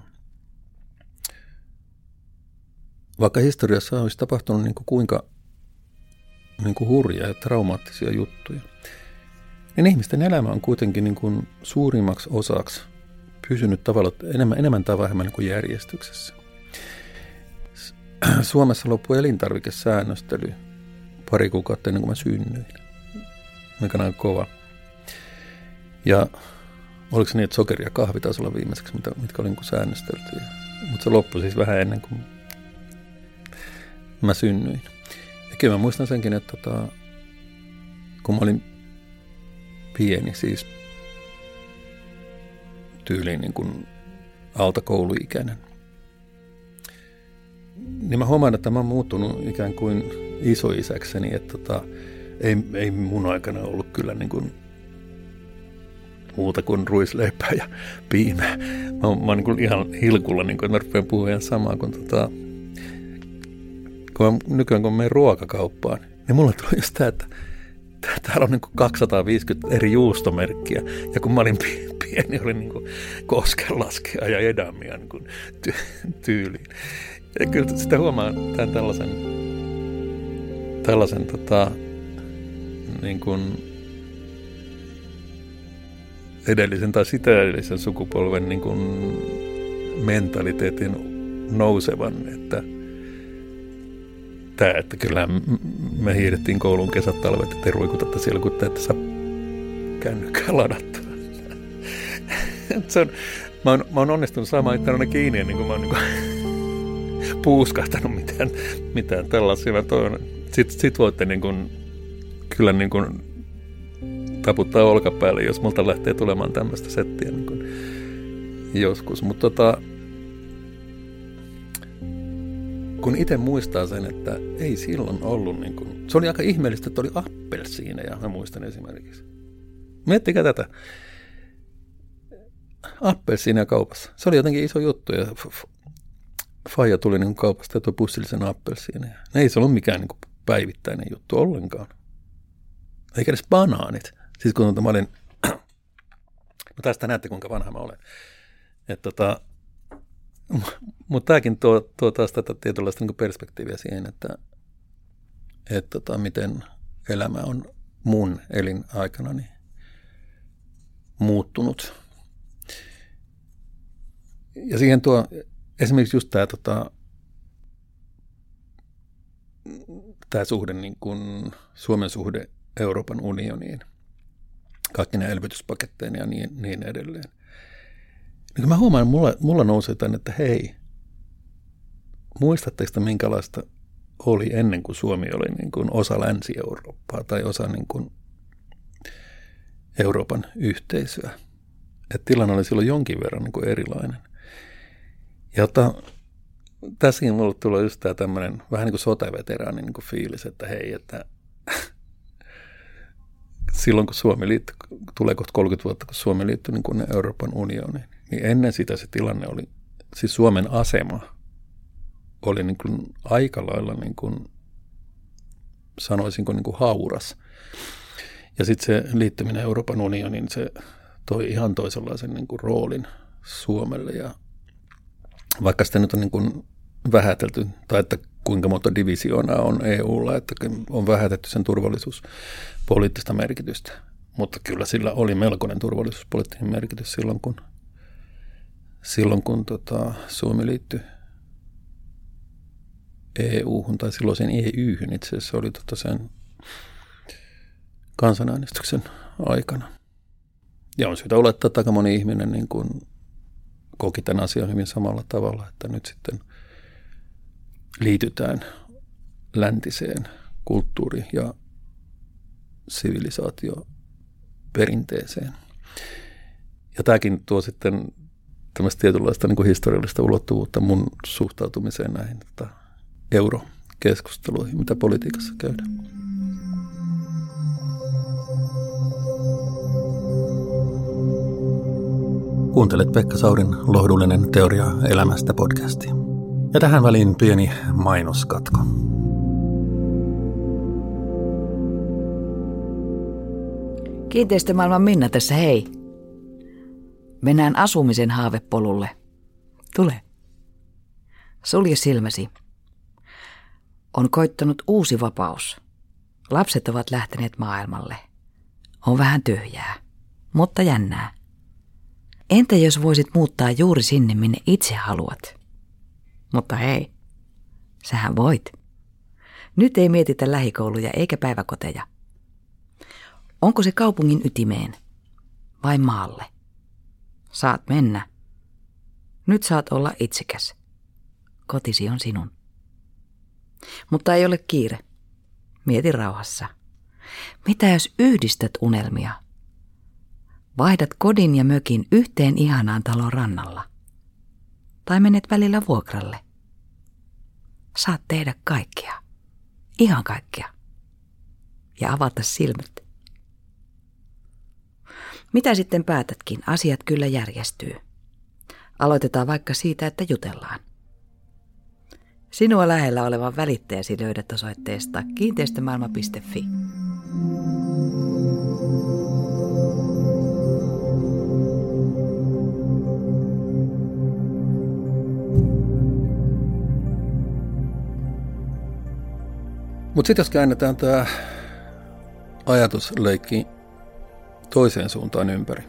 Speaker 2: vaikka historiassa olisi tapahtunut niin kuin kuinka niin kuin hurjia ja traumaattisia juttuja, niin ihmisten elämä on kuitenkin niin kuin suurimmaksi osaksi pysynyt tavalla enemmän, enemmän tai vähemmän niin kuin järjestyksessä. Suomessa loppui elintarvikesäännöstely pari kuukautta ennen kuin mä synnyin, mikä on kova. Ja oliko se niin, että sokeri ja kahvi taisi olla viimeiseksi, mitkä oli niin kuin säännöstelty. Mutta se loppui siis vähän ennen kuin mä synnyin. Ja kyllä mä muistan senkin, että tota, kun mä olin pieni, siis tyyliin niin kuin alta kouluikäinen, niin mä huomaan, että mä oon muuttunut ikään kuin isoisäkseni, että tota, ei, ei mun aikana ollut kyllä niin kuin muuta kuin ruisleipää ja piimää. Mä oon, mä oon niin kuin ihan hilkulla, niin kuin, että mä rupean puhumaan ihan samaa kuin tota, kun mä, nykyään kun mä menen ruokakauppaan, niin mulle tulee just tämä, että täällä on niin kuin kaksisataaviisikymmentä eri juustomerkkiä. Ja kun mä olin pieni, oli niin kuin koskenlaskea ja edamia niin kuin ty- tyyliin. Ja kyllä sitä huomaa tämän tällaisen, tällaisen tota, niin kuin edellisen tai sitä edellisen sukupolven niin kuin mentaliteetin nousevan, että tämä, että kyllä me hiihdettiin koulun kesät, talvet, että te ruikutatte siellä, kun te ette saa kännykkää ladattua. Se on, mä, oon, mä oon onnistunut saamaan itseäni kiinni, ennen kuin mä oon niin kuin puuskahtanut mitään, mitään tällaisia. Sitten sit voitte niin kuin, kyllä niin kuin taputtaa olkapäälle, jos multa lähtee tulemaan tämmöistä settiä niin kuin joskus. Mutta tota, kun itse muistaa sen, että ei silloin ollut niin kuin, se oli aika ihmeellistä, että oli appelsiineja, mä muistan esimerkiksi. Miettikää tätä. Appelsiineja kaupassa. Se oli jotenkin iso juttu ja faija tuli niin kaupasta ja toi pussillisen appelsiineja. Ei se ollut mikään niin kuin päivittäinen juttu ollenkaan. Eikä edes banaanit. Siis kun mä olin, no tästä näette kuinka vanha mä olen. Että tota, Mutta tämäkin tuo, tuo taas tätä tietynlaista niin perspektiiviä siihen, että, että tota, miten elämä on mun elinaikanani muuttunut. Ja siihen tuo esimerkiksi just tämä, tota, tämä suhde, niin kuin Suomen suhde Euroopan unioniin, kaikki ne elvytyspaketteja ja niin, niin edelleen. Niin mä huomaan, että mulla, mulla nousee tänne, että hei, muistatteko te minkälaista oli ennen kuin Suomi oli niin kuin osa Länsi-Eurooppaa tai osa niin kuin Euroopan yhteisöä? Että tilanne oli silloin jonkin verran niin kuin erilainen. Ja ota, tässäkin mulle tulee just tämä tämmöinen vähän niin kuin sotaveteraanin niin kuin fiilis, että hei, että silloin kun Suomi liittyi, tulee kohta kolmekymmentä vuotta, kun Suomi liittyi niin kuin Euroopan unioniin, niin ennen sitä se tilanne oli, siis Suomen asema oli niin kuin aika lailla niin kuin, sanoisinko niin kuin hauras. Ja sitten se liittyminen Euroopan unioniin, se toi ihan toisenlaisen niin kuin roolin Suomelle. Ja vaikka sitä nyt on niin kuin vähätelty, tai että kuinka monta divisioonaa on E U:lla, että on vähätetty sen turvallisuuspoliittista merkitystä. Mutta kyllä sillä oli melkoinen turvallisuuspoliittinen merkitys silloin, kun, silloin, kun tota, Suomi liittyi E U:hun tai silloin E Y:hyn. Itse asiassa se oli tota sen kansanäänestyksen aikana. Ja on syytä olettaa, että aika moni ihminen niin kuin koki tämän asian hyvin samalla tavalla, että nyt sitten liitytään läntiseen kulttuuri- ja sivilisaatioperinteeseen. Ja tämäkin tuo sitten tämmöistä tietynlaista niin kuin historiallista ulottuvuutta mun suhtautumiseen näihin tota, eurokeskusteluihin, mitä politiikassa käydään.
Speaker 1: Kuuntelet Pekka Saurin lohdullinen teoria elämästä -podcastia. Ja tähän väliin pieni mainoskatko.
Speaker 3: Kiinteistömaailman Minna tässä, hei. Mennään asumisen haavepolulle. Tule. Sulje silmäsi. On koittanut uusi vapaus. Lapset ovat lähteneet maailmalle. On vähän tyhjää, mutta jännää. Entä jos voisit muuttaa juuri sinne, minne itse haluat? Mutta hei, sähän voit. Nyt ei mietitä lähikouluja eikä päiväkoteja. Onko se kaupungin ytimeen vai maalle? Saat mennä. Nyt saat olla itsekäs. Kotisi on sinun. Mutta ei ole kiire. Mieti rauhassa. Mitä jos yhdistät unelmia? Vaihdat kodin ja mökin yhteen ihanaan talon rannalla. Tai menet välillä vuokralle. Saat tehdä kaikkea. Ihan kaikkea. Ja avata silmät. Mitä sitten päätätkin, asiat kyllä järjestyy. Aloitetaan vaikka siitä, että jutellaan. Sinua lähellä olevan välittäjäsi löydät osoitteesta kiinteistömaailma piste fi.
Speaker 2: Mutta sitten jos käännetään tämä ajatusleikki toiseen suuntaan ympäri.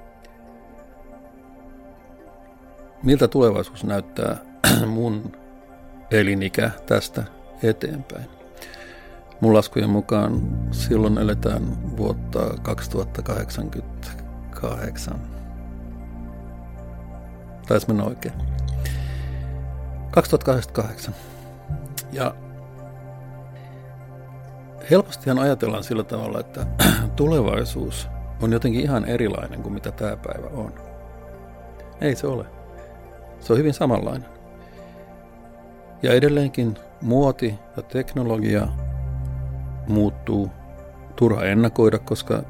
Speaker 2: Miltä tulevaisuus näyttää mun elinikä tästä eteenpäin? Mun laskujen mukaan silloin eletään vuotta kaksituhattakahdeksankymmentäkahdeksan. Taisi mennä oikein. kaksituhattakahdeksankymmentäkahdeksan. Ja helpostihan ajatellaan sillä tavalla, että tulevaisuus on jotenkin ihan erilainen kuin mitä tämä päivä on. Ei se ole. Se on hyvin samanlainen. Ja edelleenkin muoti ja teknologia muuttuu. Turha ennakoida, koska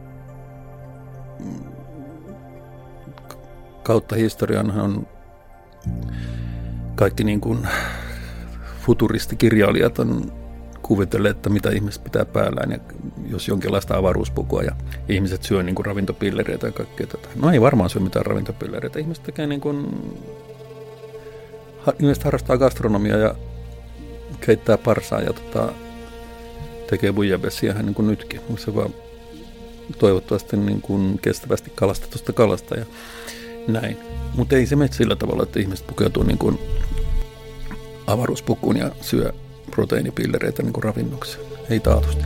Speaker 2: kautta historian on kaikki niin kuin futuristikirjailijat on kuvitelleet, että mitä ihmiset pitää päällään, ja jos jonkinlaista avaruuspukua ja ihmiset syö niin kuin ravintopillereitä ja kaikkea tätä. No ei varmaan syö mitään ravintopillereitä. Ihmiset tekee niin kuin ihmiset harrastaa gastronomiaa ja keittää parsaa ja tota, tekee bouillabaissea niin kuin nytkin. Se vaan toivottavasti niin kuin kestävästi kalastetusta kalasta ja näin. Mutta ei se mene sillä tavalla, että ihmiset pukeutuu niin kuin avaruuspukuun ja syö proteiinipillereitä niin kuin ravinnoksi. Ei taatusti.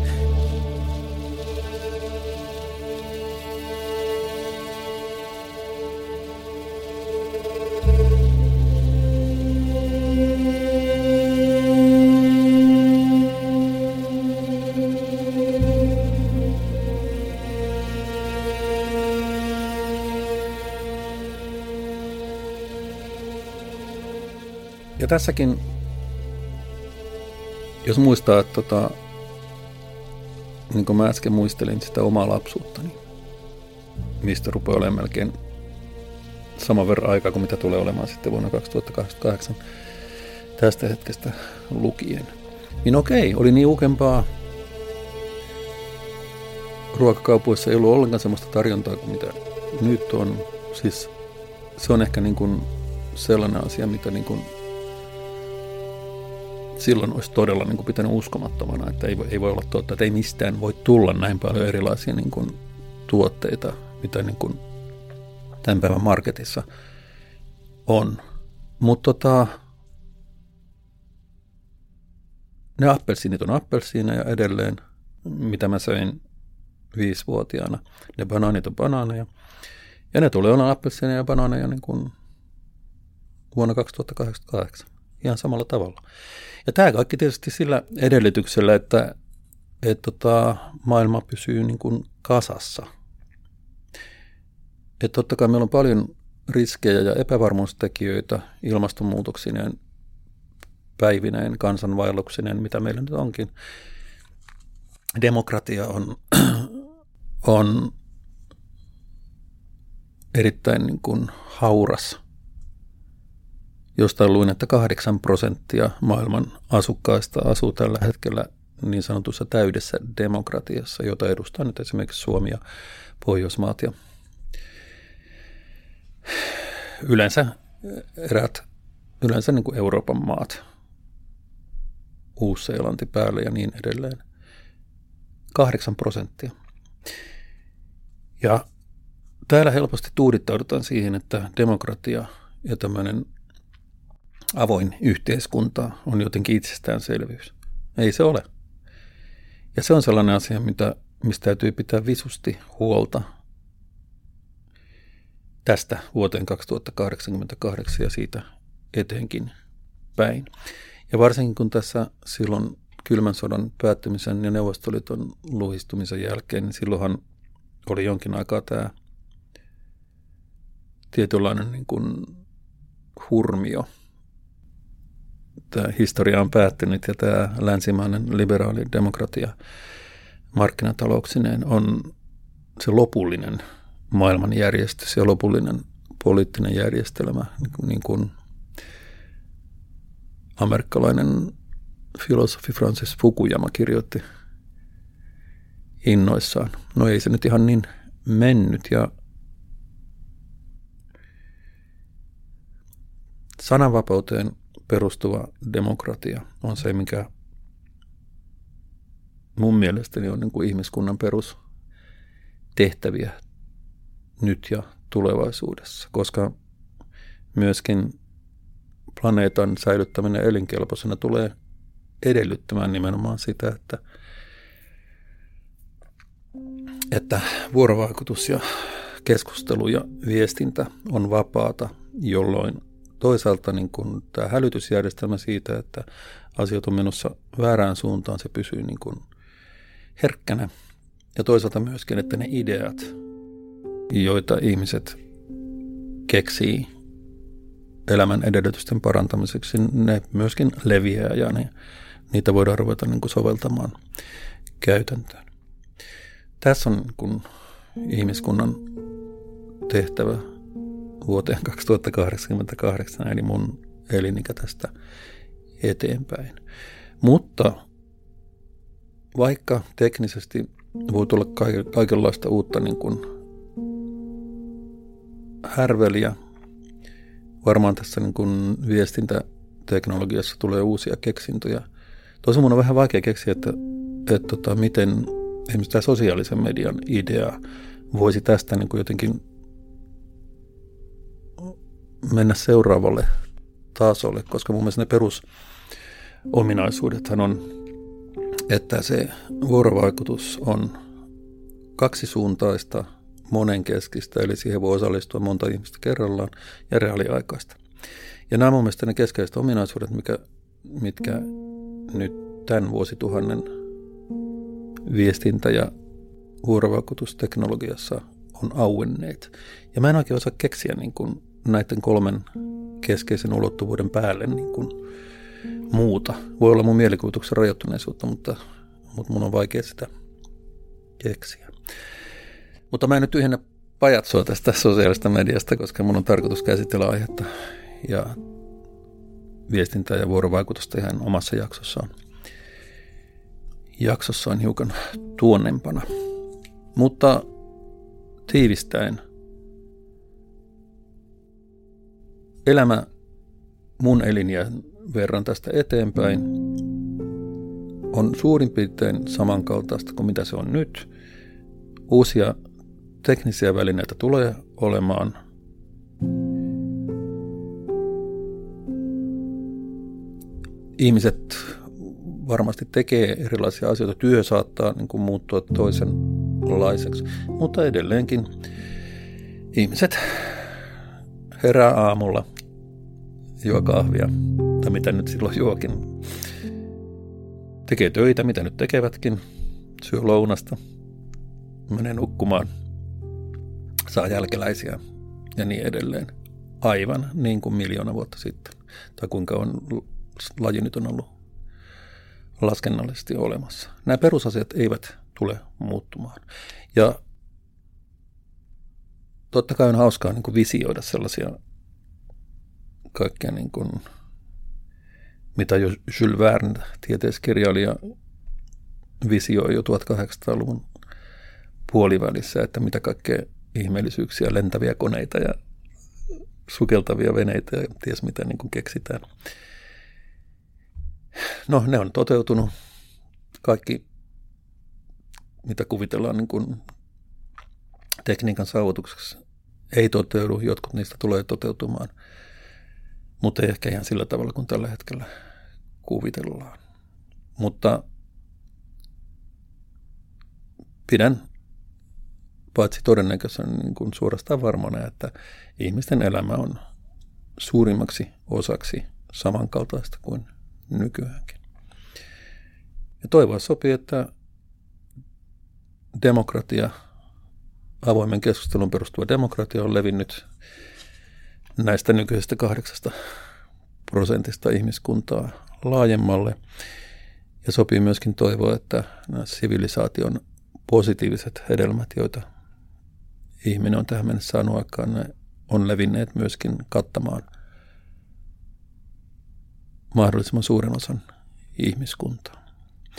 Speaker 2: Ja tässäkin, jos muistaa, että tota, niin kuin mä äsken muistelin sitä omaa lapsuutta, niin mistä rupeaa olemaan melkein saman verran aikaa kuin mitä tulee olemaan sitten vuonna kaksituhattakaksikymmentäkahdeksan tästä hetkestä lukien. Niin okei, oli niin ukempaa. Ruokakaupoissa ei ollut ollenkaan sellaista tarjontaa kuin mitä nyt on. Siis se on ehkä niin kuin sellainen asia, mitä niin kuin silloin olisi todella niin kuin pitänyt uskomattomana, että ei voi, ei voi olla totta, että ei mistään voi tulla näin paljon erilaisia niin kuin tuotteita, mitä niin kuin tämän päivän marketissa on. Mutta tota, ne appelsiinit on appelsiina ja edelleen, mitä mä söin viisivuotiaana, ne banaanit on banaaneja. Ja ne tulee olla appelsiineja ja banaaneja niin kuin vuonna kaksituhattakahdeksankymmentäkahdeksan. Ihan samalla tavalla. Ja tämä kaikki tietysti sillä edellytyksellä, että et tota, maailma pysyy niin kuin kasassa. Että totta kai meillä on paljon riskejä ja epävarmuustekijöitä ilmastonmuutoksineen, päivineen, kansanvaelluksineen, mitä meillä nyt onkin. Demokratia on, on erittäin niin kuin hauras. Jostain luin, että kahdeksan prosenttia maailman asukkaista asuu tällä hetkellä niin sanotussa täydessä demokratiassa, jota edustaa nyt esimerkiksi Suomi ja Pohjoismaat ja yleensä eräät, yleensä niin kuin Euroopan maat, Uusi-Seelanti päälle ja niin edelleen. Kahdeksan prosenttia. Ja täällä helposti tuudittaudutaan siihen, että demokratia ja tämmöinen avoin yhteiskunta on jotenkin itsestäänselvyys. Ei se ole. Ja se on sellainen asia, mitä, mistä täytyy pitää visusti huolta tästä vuoteen kaksituhattakahdeksankymmentäkahdeksan ja siitä eteenkin päin. Ja varsinkin kun tässä silloin kylmän sodan päättymisen ja Neuvostoliiton luhistumisen jälkeen, niin silloinhan oli jonkin aikaa tämä tietynlainen niin kuin hurmio. Tämä historia on päättynyt ja tämä länsimainen liberaali demokratia markkinatalouksineen on se lopullinen maailmanjärjestys ja lopullinen poliittinen järjestelmä, niin kuin amerikkalainen filosofi Francis Fukuyama kirjoitti innoissaan. No ei se nyt ihan niin mennyt ja sananvapauteen perustuva demokratia on se, mikä mun mielestäni on niin kuin ihmiskunnan perustehtäviä nyt ja tulevaisuudessa, koska myöskin planeetan säilyttäminen elinkelpoisena tulee edellyttämään nimenomaan sitä, että, että vuorovaikutus ja keskustelu ja viestintä on vapaata, jolloin toisaalta niin kun tämä hälytysjärjestelmä siitä, että asiat on menossa väärään suuntaan, se pysyy niin kun herkkänä. Ja toisaalta myöskin, että ne ideat, joita ihmiset keksii elämän edellytysten parantamiseksi, ne myöskin leviää ja ne, niitä voidaan ruveta niin kun soveltamaan käytäntöön. Tässä on niin kun ihmiskunnan tehtävä vuoteen kaksituhattakahdeksankymmentäkahdeksan, eli mun elinikä tästä eteenpäin. Mutta vaikka teknisesti voi tulla kaikenlaista uutta niin kuin härveliä, varmaan tässä niin kuin viestintäteknologiassa tulee uusia keksintöjä. Tosin mun on vähän vaikea keksiä, että, että tota, miten esimerkiksi tämä sosiaalisen median idea voisi tästä niin kuin jotenkin mennä seuraavalle tasolle, koska mun mielestä ne perusominaisuudethan on, että se vuorovaikutus on kaksisuuntaista, monenkeskistä, eli siihen voi osallistua monta ihmistä kerrallaan ja reaaliaikaista. Ja nämä on mun mielestä ne keskeiset ominaisuudet, mikä, mitkä nyt tämän vuosituhannen viestintä- ja vuorovaikutusteknologiassa on auenneet. Ja mä en oikein osaa keksiä niin kuin näiden kolmen keskeisen ulottuvuuden päälle niin kuin muuta. Voi olla mun mielikuvituksen rajoittuneisuutta, mutta, mutta mun on vaikea sitä keksiä. Mutta mä en nyt tyhjennä pajatsoa tästä sosiaalista mediasta, koska mun on tarkoitus käsitellä aihetta ja viestintää ja vuorovaikutusta ihan omassa jaksossaan. Jaksossaan hiukan tuonnempana. Mutta tiivistäen, elämä mun elinjään verran tästä eteenpäin on suurin piirtein samankaltaista kuin mitä se on nyt. Uusia teknisiä välineitä tulee olemaan. Ihmiset varmasti tekee erilaisia asioita. Työ saattaa niin kuin muuttua toisenlaiseksi, mutta edelleenkin ihmiset herää aamulla, juo kahvia, tai mitä nyt silloin juokin. Tekee töitä, mitä nyt tekevätkin, syö lounasta, menee nukkumaan, saa jälkeläisiä ja niin edelleen. Aivan niin kuin miljoona vuotta sitten, tai kuinka on laji nyt on ollut laskennallisesti olemassa. Nämä perusasiat eivät tule muuttumaan. Ja totta kai on hauskaa niin kuin visioida sellaisia kaikkea, niin kuin, mitä jo Jules Verne, tieteiskirjailija, visioi jo tuhatkahdeksansataaluvun puolivälissä, että mitä kaikkea ihmeellisyyksiä, lentäviä koneita ja sukeltavia veneitä ja ties mitä niin kuin keksitään. No, ne on toteutunut. Kaikki, mitä kuvitellaan niin kuin tekniikan saavutukseksi, ei toteudu. Jotkut niistä tulee toteutumaan, mutta ei ehkä ihan sillä tavalla kuin tällä hetkellä kuvitellaan. Mutta pidän paitsi todennäköisenä niin kuin suorastaan varmana, että ihmisten elämä on suurimmaksi osaksi samankaltaista kuin nykyäänkin. Ja toivoa sopii, että demokratia, avoimen keskustelun perustuva demokratia on levinnyt näistä nykyisestä kahdeksasta prosentista ihmiskuntaa laajemmalle. Ja sopii myöskin toivoa, että nämä sivilisaation positiiviset hedelmät, joita ihminen on tähän mennessä saanut aikaan, ne on levinneet myöskin kattamaan mahdollisimman suuren osan ihmiskuntaa.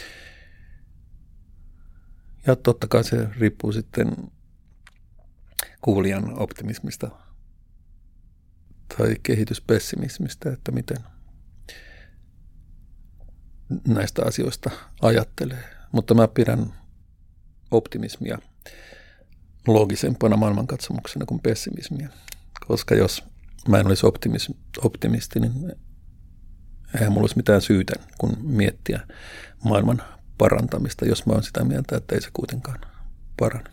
Speaker 2: Ja totta kai se riippuu sitten kuulijan optimismista tai kehityspessimismistä, että miten näistä asioista ajattelee. Mutta mä pidän optimismia loogisempana maailmankatsomuksena kuin pessimismiä. Koska jos mä en olisi optimisti, niin eihän mulla olisi mitään syytä kuin miettiä maailman parantamista, jos mä oon sitä mieltä, että ei se kuitenkaan parane.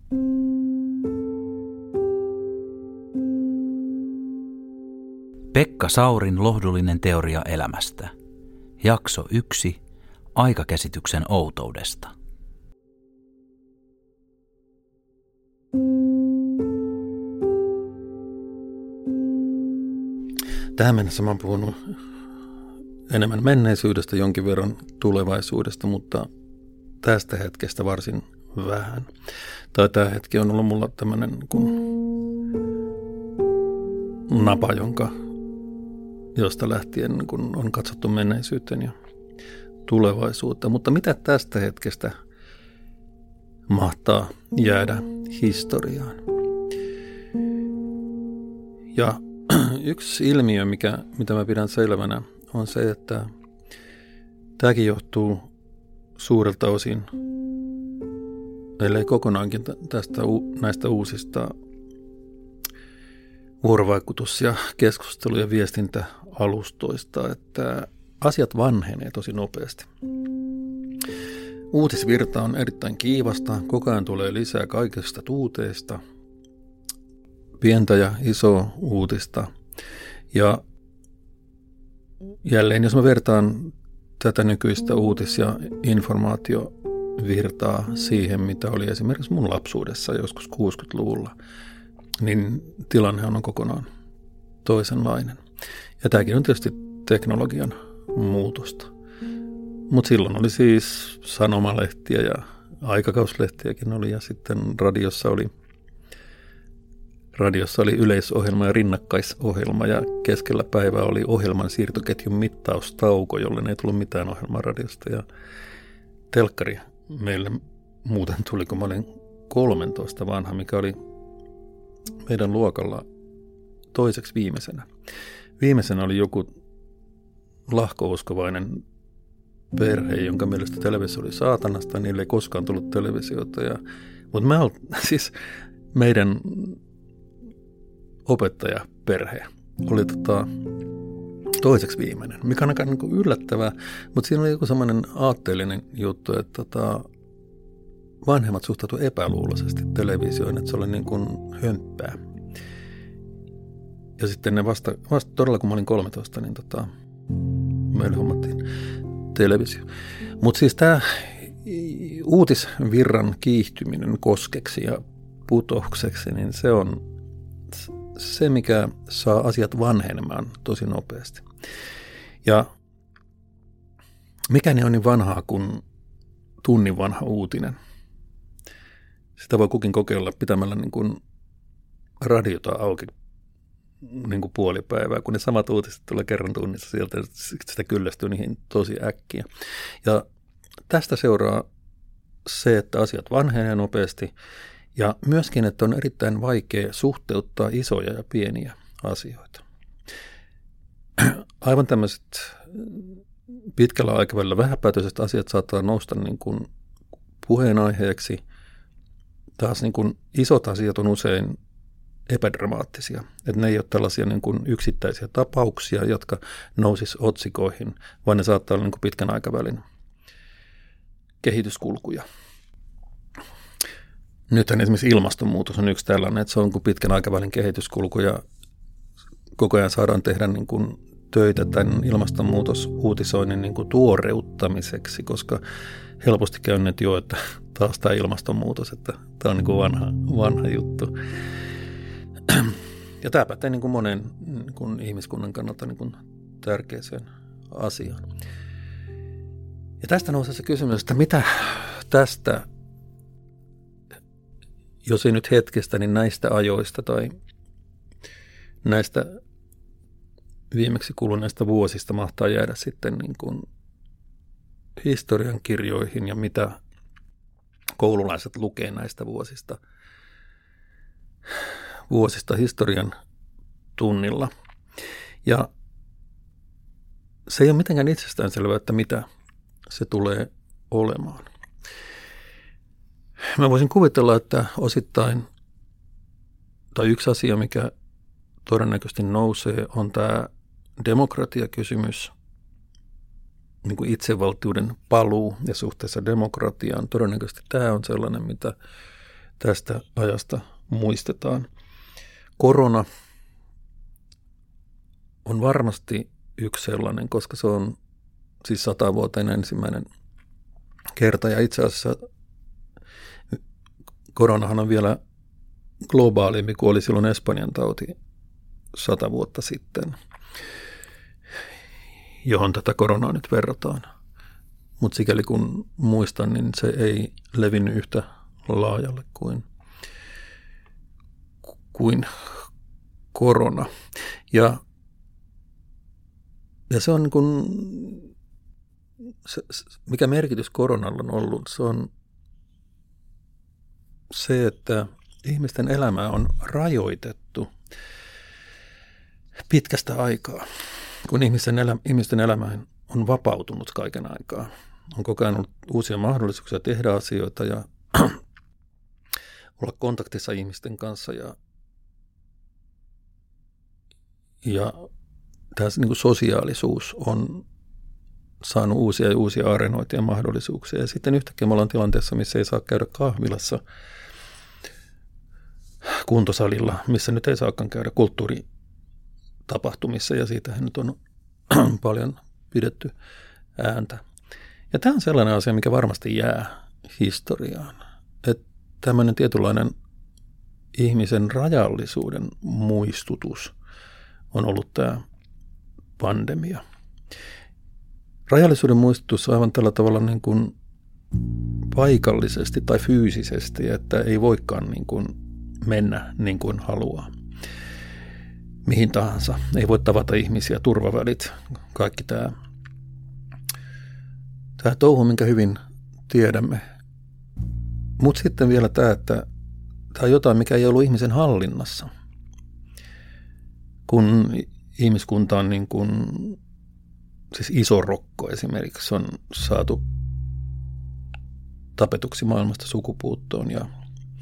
Speaker 4: Pekka Saurin lohdullinen teoria elämästä. Jakso yksi. Aikakäsityksen outoudesta.
Speaker 2: Tähän mennessä mä oon puhunut enemmän menneisyydestä, jonkin verran tulevaisuudesta, mutta tästä hetkestä varsin vähän. Tai tämä hetki on ollut mulla tämmöinen kuin napa, jonka, josta lähtien kun on katsottu menneisyyteen ja tulevaisuutta. Mutta mitä tästä hetkestä mahtaa jäädä historiaan? Ja yksi ilmiö, mikä, mitä mä pidän selvänä, on se, että tämäkin johtuu suurelta osin, ellei kokonaankin tästä, näistä uusista vuorovaikutus- ja keskustelu- ja viestintäalustoista, että asiat vanhenee tosi nopeasti. Uutisvirta on erittäin kiivasta, koko ajan tulee lisää kaikista tuuteista, pientä ja isoa uutista. Ja jälleen, jos mä vertaan tätä nykyistä uutis- ja informaatiovirtaa siihen, mitä oli esimerkiksi mun lapsuudessa joskus kuusikymmentäluvulla, niin tilannehan on kokonaan toisenlainen. Ja tämäkin on tietysti teknologian muutosta. Mutta silloin oli siis sanomalehtiä ja aikakauslehtiäkin oli ja sitten radiossa oli, radiossa oli yleisohjelma ja rinnakkaisohjelma ja keskellä päivää oli ohjelman siirtoketjun mittaustauko, jolle ei tullut mitään ohjelmaa radiosta. Ja telkkari meille muuten tuli, kun mä olin kolmetoista vanha, mikä oli meidän luokalla toiseksi viimeisenä. Viimeisenä oli joku lahkouskovainen perhe, jonka mielestä televisio oli saatanasta, niille ei koskaan tullut televisiota. Ja, mutta me ol, siis meidän opettajaperhe oli tota, toiseksi viimeinen, mikä on aika niin kuin yllättävää, mutta siinä oli joku semmoinen aatteellinen juttu, että tota, vanhemmat suhtautuivat epäluuloisesti televisioon, että se oli niin kuin hömppää. Ja sitten ne vasta, vasta todella, kun mä olin kolmetoista, niin tota, meille hommattiin televisio. Mutta siis tämä uutisvirran kiihtyminen koskeksi ja putoukseksi, niin se on se, mikä saa asiat vanhenemaan tosi nopeasti. Ja mikä ne on niin vanhaa kuin tunnin vanha uutinen? Sitä voi kukin kokeilla pitämällä niin kuin radiota auki niin kuin puolipäivää, kun ne samat uutiset tulee kerran tunnissa sieltä, sitä kyllästyy niihin tosi äkkiä. Ja tästä seuraa se, että asiat vanhenee nopeasti ja myöskin, että on erittäin vaikea suhteuttaa isoja ja pieniä asioita. Aivan tämmöiset pitkällä aikavälillä vähäpätöiset asiat saattaa nousta niin kuin puheenaiheeksi. Taas niin kuin isot asiat on usein epädramaattisia. Että ne ei ole tällaisia niin kuin yksittäisiä tapauksia, jotka nousis otsikoihin, vaan ne saattaa olla niin kuin pitkän aikavälin kehityskulkuja. Nythän esimerkiksi ilmastonmuutos on yksi tällainen, että se on kuin pitkän aikavälin kehityskulku ja koko ajan saadaan tehdä niin kuin töitä tämän ilmastonmuutosuutisoinnin niin kuin tuoreuttamiseksi, koska helposti käy nyt jo, että taas tämä ilmastonmuutos, että tämä on niin kuin vanha, vanha juttu. Ja tämä pätee niin kuin monen niin kuin ihmiskunnan kannalta niin kuin tärkeäseen asiaan. Ja tästä nousee se kysymys, että mitä tästä, jos ei nyt hetkestä, niin näistä ajoista tai näistä viimeksi kuluneista vuosista mahtaa jäädä sitten niin kuin historian kirjoihin ja mitä koululaiset lukee näistä vuosista, vuosista historian tunnilla. Ja se ei ole mitenkään itsestäänselvää, että mitä se tulee olemaan. Mä voisin kuvitella, että osittain, tai yksi asia, mikä todennäköisesti nousee, on tämä demokratiakysymys, niin kuin itsevaltiuden paluu ja suhteessa demokratiaan. Todennäköisesti tämä on sellainen, mitä tästä ajasta muistetaan. Korona on varmasti yksi sellainen, koska se on siis satavuoteen ensimmäinen kerta. Ja itse asiassa koronahan on vielä globaalimpi kuin oli silloin Espanjan tauti sata vuotta sitten, johon tätä koronaa nyt verrataan. Mutta sikäli kun muistan, niin se ei levinnyt yhtä laajalle kuin, kuin korona. Ja, ja se on niin kuin, se, mikä merkitys koronalla on ollut, se on se, että ihmisten elämää on rajoitettu pitkästä aikaa, kun ihmisten, elä, ihmisten elämä on vapautunut kaiken aikaa. On koko ajan ollut uusia mahdollisuuksia tehdä asioita ja olla kontaktissa ihmisten kanssa ja, ja tämä niin kuin sosiaalisuus on saanut uusia ja uusia areenoita ja mahdollisuuksia. Ja sitten yhtäkkiä me ollaan tilanteessa, missä ei saa käydä kahvilassa, kuntosalilla, missä nyt ei saakaan käydä kulttuuritapahtumissa, ja siitähän nyt on paljon pidetty ääntä. Ja tämä on sellainen asia, mikä varmasti jää historiaan. Että tämmöinen tietynlainen ihmisen rajallisuuden muistutus on ollut tämä pandemia. Rajallisuuden muistutus aivan tällä tavalla niin kuin paikallisesti tai fyysisesti, että ei voikaan niin kuin mennä niin kuin haluaa. Mihin tahansa. Ei voi tavata ihmisiä, turvavälit, kaikki tämä. Tämä touhu, minkä hyvin tiedämme. Mutta sitten vielä tämä, että tämä on jotain, mikä ei ollut ihmisen hallinnassa. Kun ihmiskunta on niin kuin, siis iso rokko esimerkiksi on saatu tapetuksi maailmasta sukupuuttoon ja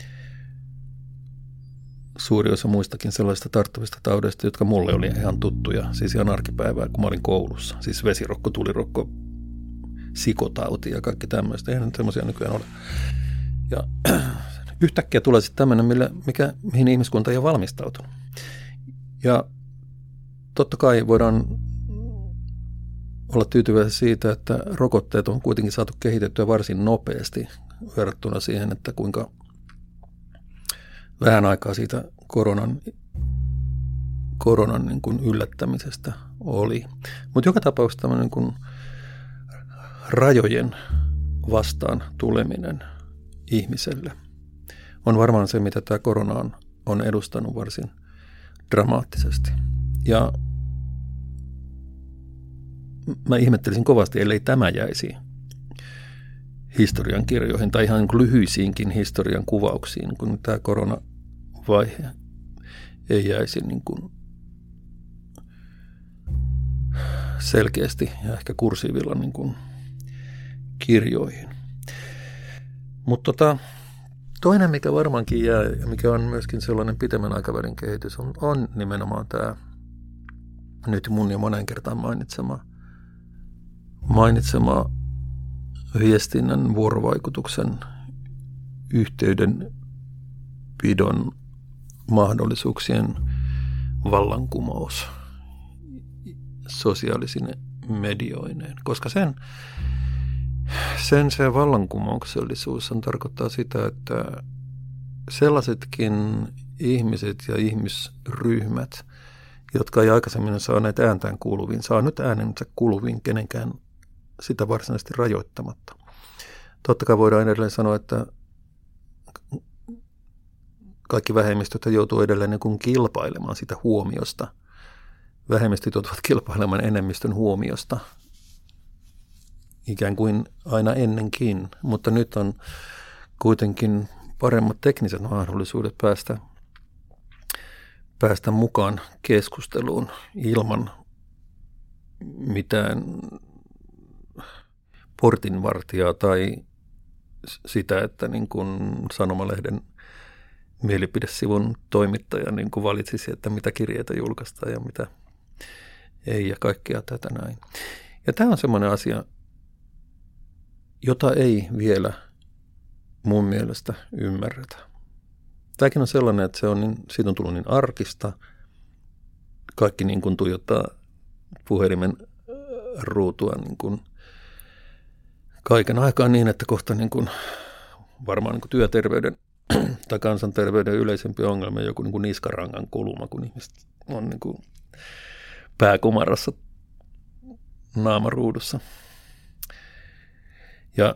Speaker 2: suuri osa muistakin sellaisista tarttuvista taudeista, jotka mulle oli ihan tuttuja, siis ihan arkipäivää, kun mä olin koulussa. Siis vesirokko, tulirokko, sikotauti ja kaikki tämmöistä. Eihän nyt semmoisia nykyään ole. Ja yhtäkkiä tulee sitten tämmöinen, millä, mikä, mihin ihmiskunta ei ole valmistautunut. Ja totta kai voidaan olla tyytyväisiä siitä, että rokotteet on kuitenkin saatu kehitettyä varsin nopeasti verrattuna siihen, että kuinka vähän aikaa siitä koronan, koronan niin kuin yllättämisestä oli. Mutta joka tapauksessa tämmöinen niin kuin rajojen vastaan tuleminen ihmiselle on varmaan se, mitä tämä korona on, on edustanut varsin dramaattisesti. Ja mä ihmettelisin kovasti, ellei tämä jäisi historian kirjoihin tai ihan niin kuin lyhyisiinkin historian kuvauksiin, kun tämä koronavaihe ei jäisi niin kuin selkeästi ja ehkä kursiivilla niin kuin kirjoihin. Mutta tota, toinen, mikä varmaankin jää ja mikä on myöskin sellainen pitemmän aikavälin kehitys, on, on nimenomaan tämä nyt mun jo monen kertaan mainitsema, mainitsema viestinnän, vuorovaikutuksen, yhteydenpidon mahdollisuuksien vallankumous sosiaalisine medioineen. Koska sen, sen se vallankumouksellisuus on tarkoittaa sitä, että sellaisetkin ihmiset ja ihmisryhmät, jotka ei aikaisemmin saaneet ääntään kuuluviin, saa nyt äänensä kuuluviin kenenkään sitä varsinaisesti rajoittamatta. Totta kai voidaan edelleen sanoa, että kaikki vähemmistöt joutuu edelleen niin kuin kilpailemaan sitä huomiosta. Vähemmistöt joutuvat kilpailemaan enemmistön huomiosta, ikään kuin aina ennenkin, mutta nyt on kuitenkin paremmat tekniset mahdollisuudet päästä, päästä mukaan keskusteluun ilman mitään portinvartijaa tai sitä, että niin kuin sanomalehden mielipidesivun toimittaja niin kuin valitsisi, että mitä kirjeitä julkaistaan ja mitä ei ja kaikkea tätä näin. Ja tämä on semmoinen asia, jota ei vielä mun mielestä ymmärretä. Tämäkin on sellainen, että se on niin, siitä on tullut niin arkista. Kaikki niin kuin tuijottaa puhelimen ruutua niin kuin kaiken aikaa niin, että kohta niin kuin varmaan niin kuin työterveyden tai kansanterveyden yleisempi ongelma joku niin kuin niskarangan kuluma, kun ihmiset on niin kuin pääkumarassa naamaruudussa. Ja,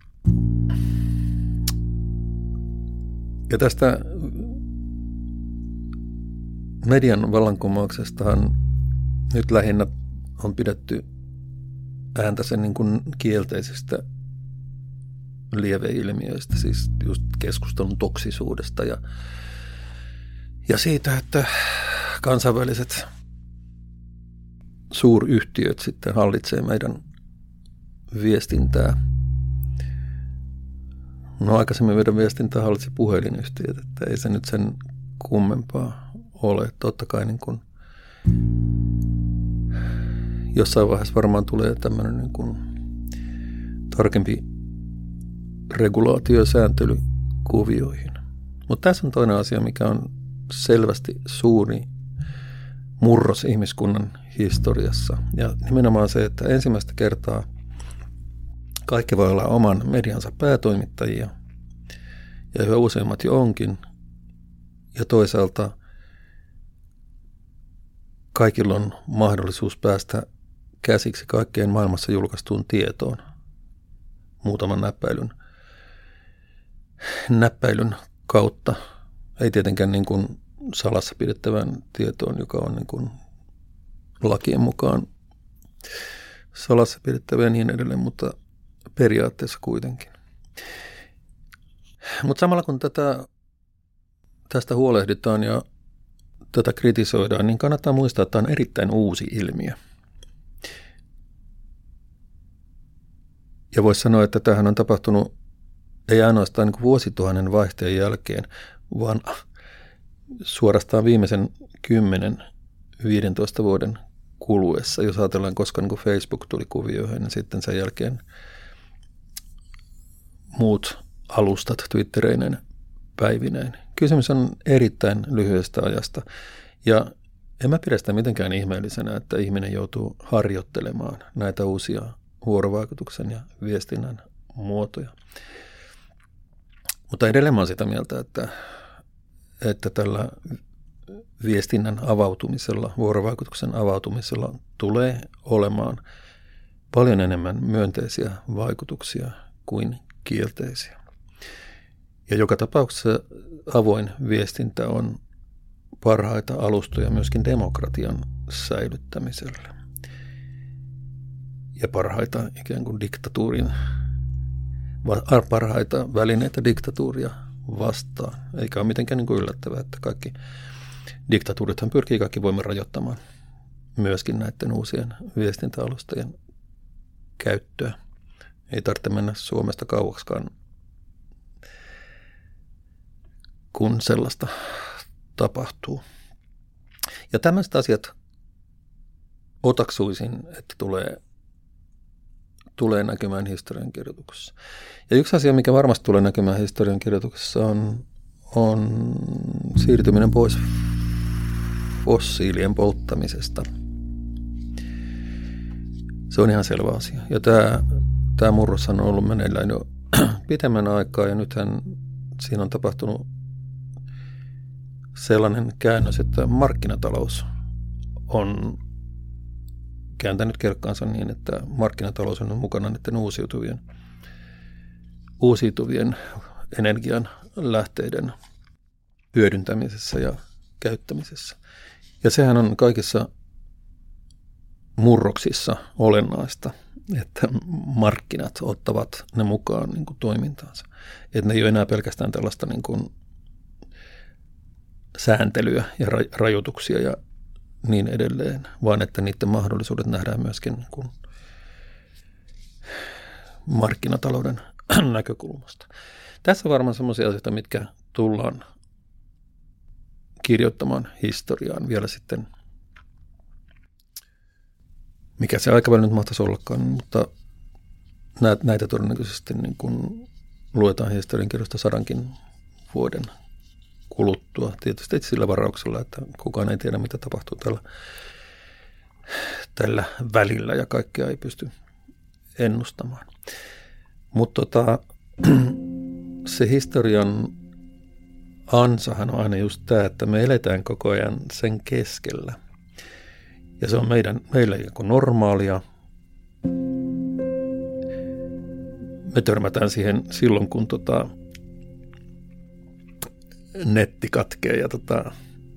Speaker 2: ja tästä median vallankumouksestahan nyt lähinnä on pidetty ääntä sen niin kuin kielteisistä lieveilmiöistä, siis just keskustelun toksisuudesta ja, ja siitä, että kansainväliset suuryhtiöt sitten hallitsee meidän viestintää. No aikaisemmin meidän viestintää hallitsi puhelinyhtiöt, että ei se nyt sen kummempaa ole. Totta kai niin kuin jossain vaiheessa varmaan tulee tämmöinen niin kuin tarkempi regulaatio- ja sääntely kuvioihin. Mutta tässä on toinen asia, mikä on selvästi suuri murros ihmiskunnan historiassa. Ja nimenomaan se, että ensimmäistä kertaa kaikki voi olla oman mediansa päätoimittajia, ja yhä useimmat jo onkin. Ja toisaalta kaikilla on mahdollisuus päästä käsiksi kaikkeen maailmassa julkaistuun tietoon muutaman näppäilyn, näppäilyn kautta. Ei tietenkään niin kuin salassa pidettävän tietoon, joka on niin kuin lakien mukaan salassa pidettävä ja niin edelleen, mutta periaatteessa kuitenkin. Mutta samalla kun tätä, tästä huolehditaan ja tätä kritisoidaan, niin kannattaa muistaa, että tämä on erittäin uusi ilmiö. Ja voisi sanoa, että tämähän on tapahtunut ei ainoastaan niin vuosituhannen vaihteen jälkeen, vaan suorastaan viimeisen kymmenen viidentoista vuoden kuluessa. Jos ajatellaan, koska niin Facebook tuli kuvioihin, niin sitten sen jälkeen muut alustat Twittereineen päivineen. Kysymys on erittäin lyhyestä ajasta. Ja en mä pidä sitä mitenkään ihmeellisenä, että ihminen joutuu harjoittelemaan näitä uusia vuorovaikutuksen ja viestinnän muotoja. Mutta edelleen mä olen sitä mieltä, että, että tällä viestinnän avautumisella, vuorovaikutuksen avautumisella tulee olemaan paljon enemmän myönteisiä vaikutuksia kuin kielteisiä. Ja joka tapauksessa avoin viestintä on parhaita alustoja myöskin demokratian säilyttämiselle. Ja parhaita ikään kuin diktatuurin, parhaita välineitä diktatuuria vastaan. Eikä ole mitenkään niin kuin yllättävää, että kaikki diktatuurithan pyrkii kaikki voimme rajoittamaan myöskin näiden uusien viestintäalustojen käyttöä. Ei tarvitse mennä Suomesta kauaksikaan, kun sellaista tapahtuu. Ja tämmöiset asiat otaksuisin, että tulee, tulee näkymään historiankirjoituksessa. Ja yksi asia, mikä varmasti tulee näkymään historiankirjoituksessa, on, on siirtyminen pois fossiilien polttamisesta. Se on ihan selvä asia. Ja tämä, tämä murros on ollut meneillään jo pitemmän aikaa, ja nythän siinä on tapahtunut sellainen käännös, että markkinatalous on kääntänyt kelkkaansa niin, että markkinatalous on mukana näiden uusiutuvien, uusiutuvien energian lähteiden hyödyntämisessä ja käyttämisessä. Ja sehän on kaikissa murroksissa olennaista, että markkinat ottavat ne mukaan niin kuin toimintaansa. Että ne ei ole enää pelkästään tällaista niin kuin sääntelyä ja rajoituksia ja niin edelleen, vaan että niiden mahdollisuudet nähdään myöskin niin kuin markkinatalouden näkökulmasta. Tässä on varmaan sellaisia asioita, mitkä tullaan kirjoittamaan historiaan vielä sitten, mikä se aikaväli nyt mahtaisi ollakaan, mutta näitä todennäköisesti niin kuin luetaan historiankirjoista sadankin vuoden kuluttua. Tietysti sillä varauksella, että kukaan ei tiedä, mitä tapahtuu tällä, tällä välillä ja kaikkea ei pysty ennustamaan. Mutta tota, se historian ansahan on aina just tämä, että me eletään koko ajan sen keskellä. Ja se on meidän, meillä joku normaalia. Me törmätään siihen silloin, kun tota, netti katkee ja tota,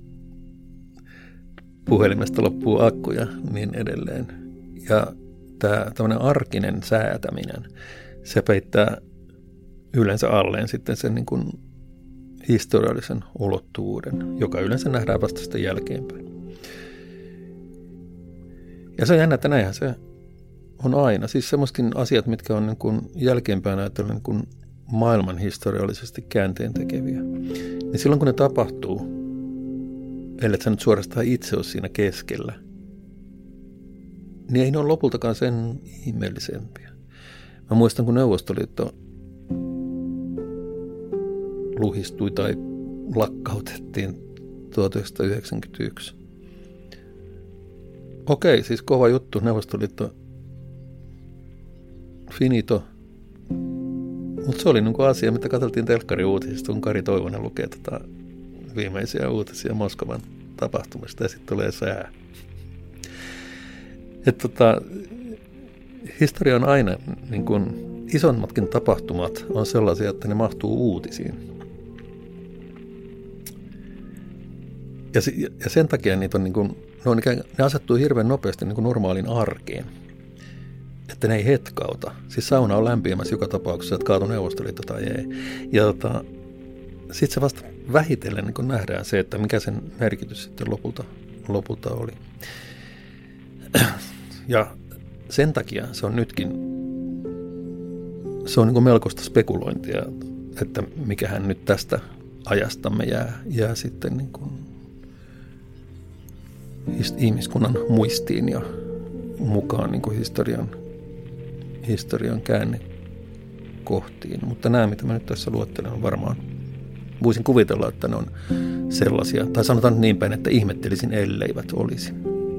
Speaker 2: puhelimesta loppuu akku ja niin edelleen. Ja tämä tämmöinen arkinen säätäminen, se peittää yleensä alleen sitten sen niin kuin historiallisen ulottuvuuden, joka yleensä nähdään vasta sitten jälkeenpäin. Ja se on jännä, että näinhän se on aina. Siis semmoiskin asiat, mitkä on niin kuin jälkeenpäin ajatellen niin kuin maailman historiallisesti käänteen tekeviä. Niin silloin kun ne tapahtuu, ellet sä nyt suorastaan itse ole siinä keskellä, niin ei ne ole lopultakaan sen ihmeellisempiä. Mä muistan, kun Neuvostoliitto luhistui tai lakkautettiin tuhatyhdeksänsataayhdeksänkymmentäyksi. Okei, siis kova juttu, Neuvostoliitto finito. Mutta se oli niin kuin asia, mitä katseltiin telkkariuutisista, kun Kari Toivonen lukee tota viimeisiä uutisia Moskovan tapahtumista ja sitten tulee sää. Että tota, historia on aina, niin kuin isommatkin tapahtumat on sellaisia, että ne mahtuu uutisiin. Ja, ja sen takia niitä on, niin kuin, ne, on ikään, ne asettuu hirveän nopeasti niin kuin normaalin arkeen. Että ne ei hetkauta. Siis sauna on lämpimässä joka tapauksessa, että kaatu Neuvostoliitto tai ei. Ja tota, sitten se vasta vähitellen niin kun nähdään se, että mikä sen merkitys sitten lopulta, lopulta oli. Ja sen takia se on nytkin, se on niin kuin melkoista spekulointia, että mikähän nyt tästä ajastamme jää, jää sitten niin kuin ihmiskunnan muistiin ja mukaan niin kuin historian, historian käännekohtiin. Mutta nämä, mitä mä nyt tässä luettelen, on varmaan, voisin kuvitella, että ne on sellaisia, tai sanotaan niin päin, että ihmettelisin, elleivät olisi.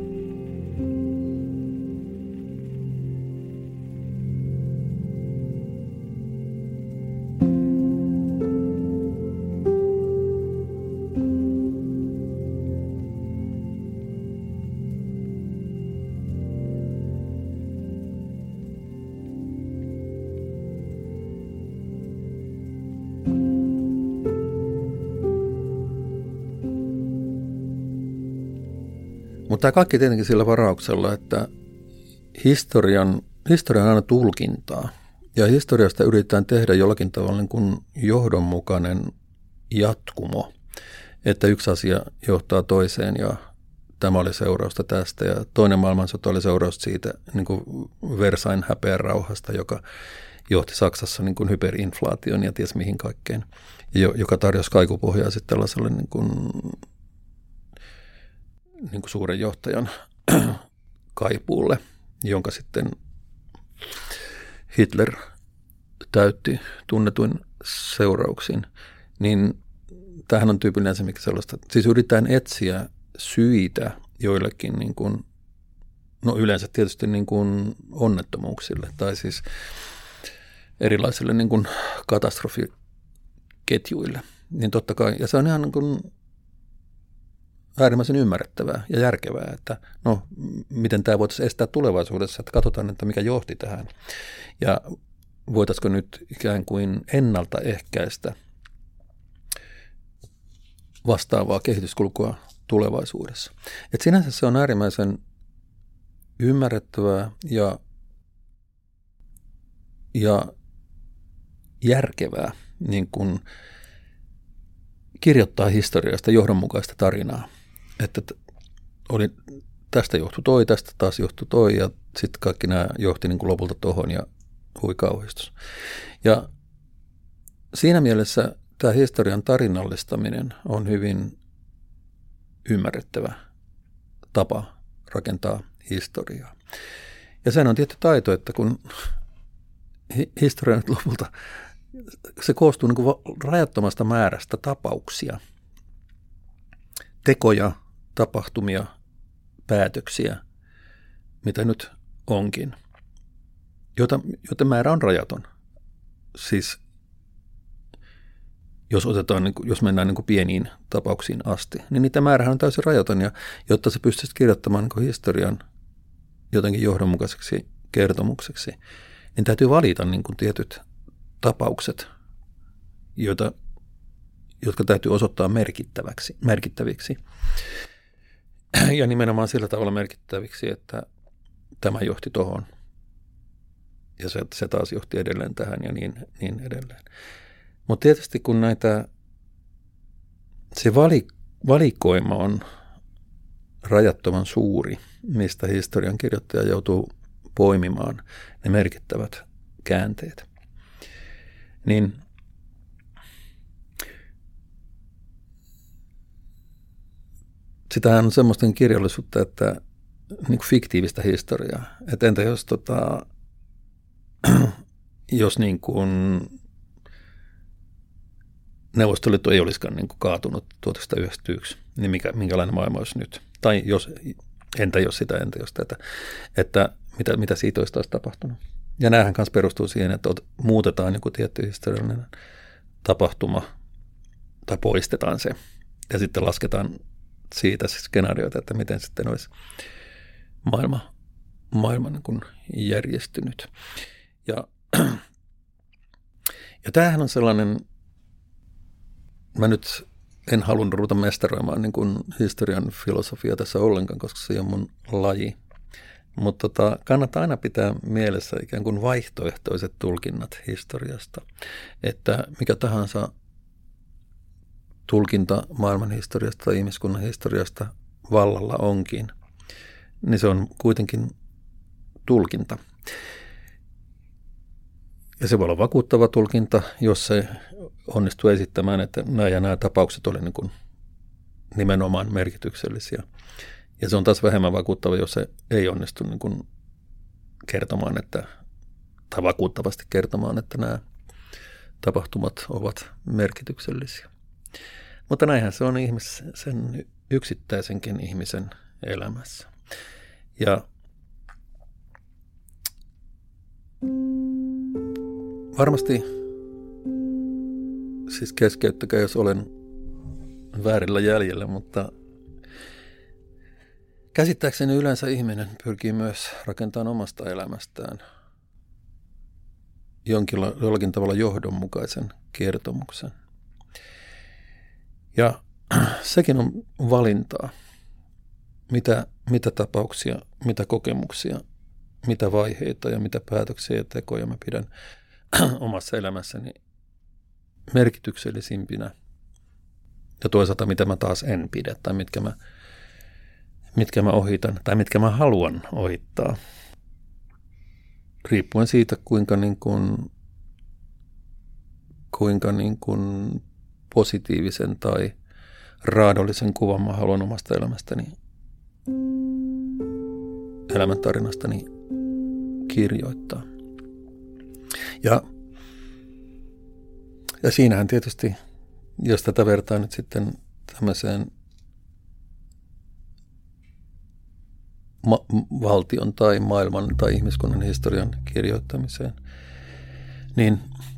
Speaker 2: Mutta tämä kaikki tietenkin sillä varauksella, että historian, historia on aina tulkintaa. Ja historiasta yritetään tehdä jollakin tavalla niin kuin johdonmukainen jatkumo. Että yksi asia johtaa toiseen ja tämä oli seurausta tästä. Ja toinen maailmansota oli seurausta siitä niin kuin Versailles häpeän rauhasta, joka johti Saksassa niin kuin hyperinflaation ja ties mihin kaikkeen. Joka tarjosi kaikupohjaa sitten tällaiselle niin kuin niin kuin suuren johtajan kaipuulle, jonka sitten Hitler täytti tunnetuin seurauksin, niin tämähän on tyypillinen se, mikä sellaista, siis yritetään etsiä syitä joillekin, niin kuin, no yleensä tietysti niin kuin onnettomuuksille, tai siis erilaisille niin kuin katastrofiketjuille, niin totta kai, ja se on ihan niin kuin äärimmäisen ymmärrettävää ja järkevää, että no, miten tämä voitaisiin estää tulevaisuudessa, että katsotaan, että mikä johti tähän. Ja voitaisiko nyt ikään kuin ennaltaehkäistä vastaavaa kehityskulkua tulevaisuudessa. Et sinänsä se on äärimmäisen ymmärrettävää ja, ja järkevää niin kuin kirjoittaa historiasta johdonmukaista tarinaa. Että oli, tästä johtui toi, tästä taas johtui toi ja sitten kaikki nämä johti niin kuin lopulta tohon ja hui kauhistus. Ja siinä mielessä tämä historian tarinallistaminen on hyvin ymmärrettävä tapa rakentaa historiaa. Ja sehän on tietty taito, että kun historia nyt lopulta, se koostuu niin kuin rajattomasta määrästä tapauksia, tekoja, tapahtumia, päätöksiä, mitä nyt onkin, jota, joten määrä on rajaton. Siis jos, otetaan, jos mennään niin kuin pieniin tapauksiin asti, niin niitä määrähän on täysin rajaton, ja jotta se pystyisi kirjoittamaan niin kuin historian jotenkin johdonmukaiseksi kertomukseksi, niin täytyy valita niin kuin tietyt tapaukset, joita, jotka täytyy osoittaa merkittäväksi, merkittäviksi. Ja nimenomaan sillä tavalla merkittäviksi, että tämä johti tuohon. Ja se, se taas johti edelleen tähän ja niin, niin edelleen. Mutta tietysti kun näitä, se vali, valikoima on rajattoman suuri, mistä historian kirjoittaja joutuu poimimaan ne merkittävät käänteet. Niin sitähän on semmoista kirjallisuutta, että niin kuin fiktiivistä historiaa. Että entä jos, tota, jos niin kuin Neuvostoliitto ei olisikaan niin kuin kaatunut tuhatyhdeksänsataayhdeksänkymmentäyksi, niin mikä, minkälainen maailma olisi nyt? Tai jos, entä jos sitä, entä jos tätä, että mitä, mitä siitä olisi taas tapahtunut? Ja näähän kanssa perustuu siihen, että muutetaan joku tietty historiallinen tapahtuma tai poistetaan se ja sitten lasketaan siitä skenaarioita, että miten sitten olisi maailma, maailma niin kuin järjestynyt. Ja, ja tämähän on sellainen, mä nyt en halunnut ruveta mestaroimaan niin kuin historian filosofia tässä ollenkaan, koska se on mun laji. Mutta tota, kannattaa aina pitää mielessä ikään kuin vaihtoehtoiset tulkinnat historiasta, että mikä tahansa tulkinta maailman historiasta tai ihmiskunnan historiasta vallalla onkin, niin se on kuitenkin tulkinta. Ja se voi olla vakuuttava tulkinta, jos se onnistuu esittämään, että nämä ja nämä tapaukset olivat niin kuin nimenomaan merkityksellisiä. Ja se on taas vähemmän vakuuttava, jos se ei onnistu niin kuin kertomaan, että, tai vakuuttavasti kertomaan, että nämä tapahtumat ovat merkityksellisiä. Mutta näinhän se on ihmis, sen yksittäisenkin ihmisen elämässä. Ja varmasti, siis keskeyttäkää, jos olen väärillä jäljellä, mutta käsittääkseni yleensä ihminen pyrkii myös rakentamaan omasta elämästään jonkinla, jollakin tavalla johdonmukaisen kertomuksen. Ja sekin on valintaa, mitä, mitä tapauksia, mitä kokemuksia, mitä vaiheita ja mitä päätöksiä ja tekoja mä pidän omassa elämässäni merkityksellisimpinä. Ja toisaalta mitä mä taas en pidä tai mitkä mä, mitkä mä ohitan tai mitkä mä haluan ohittaa. Riippuen siitä, kuinka, niin kuin, kuinka niin kuin positiivisen tai raadollisen kuvan mä haluan omasta elämästäni, elämäntarinastani kirjoittaa. Ja, ja siinähän tietysti, jos tätä vertaa nyt sitten tämmöiseen ma- valtion tai maailman tai ihmiskunnan historian kirjoittamiseen, niin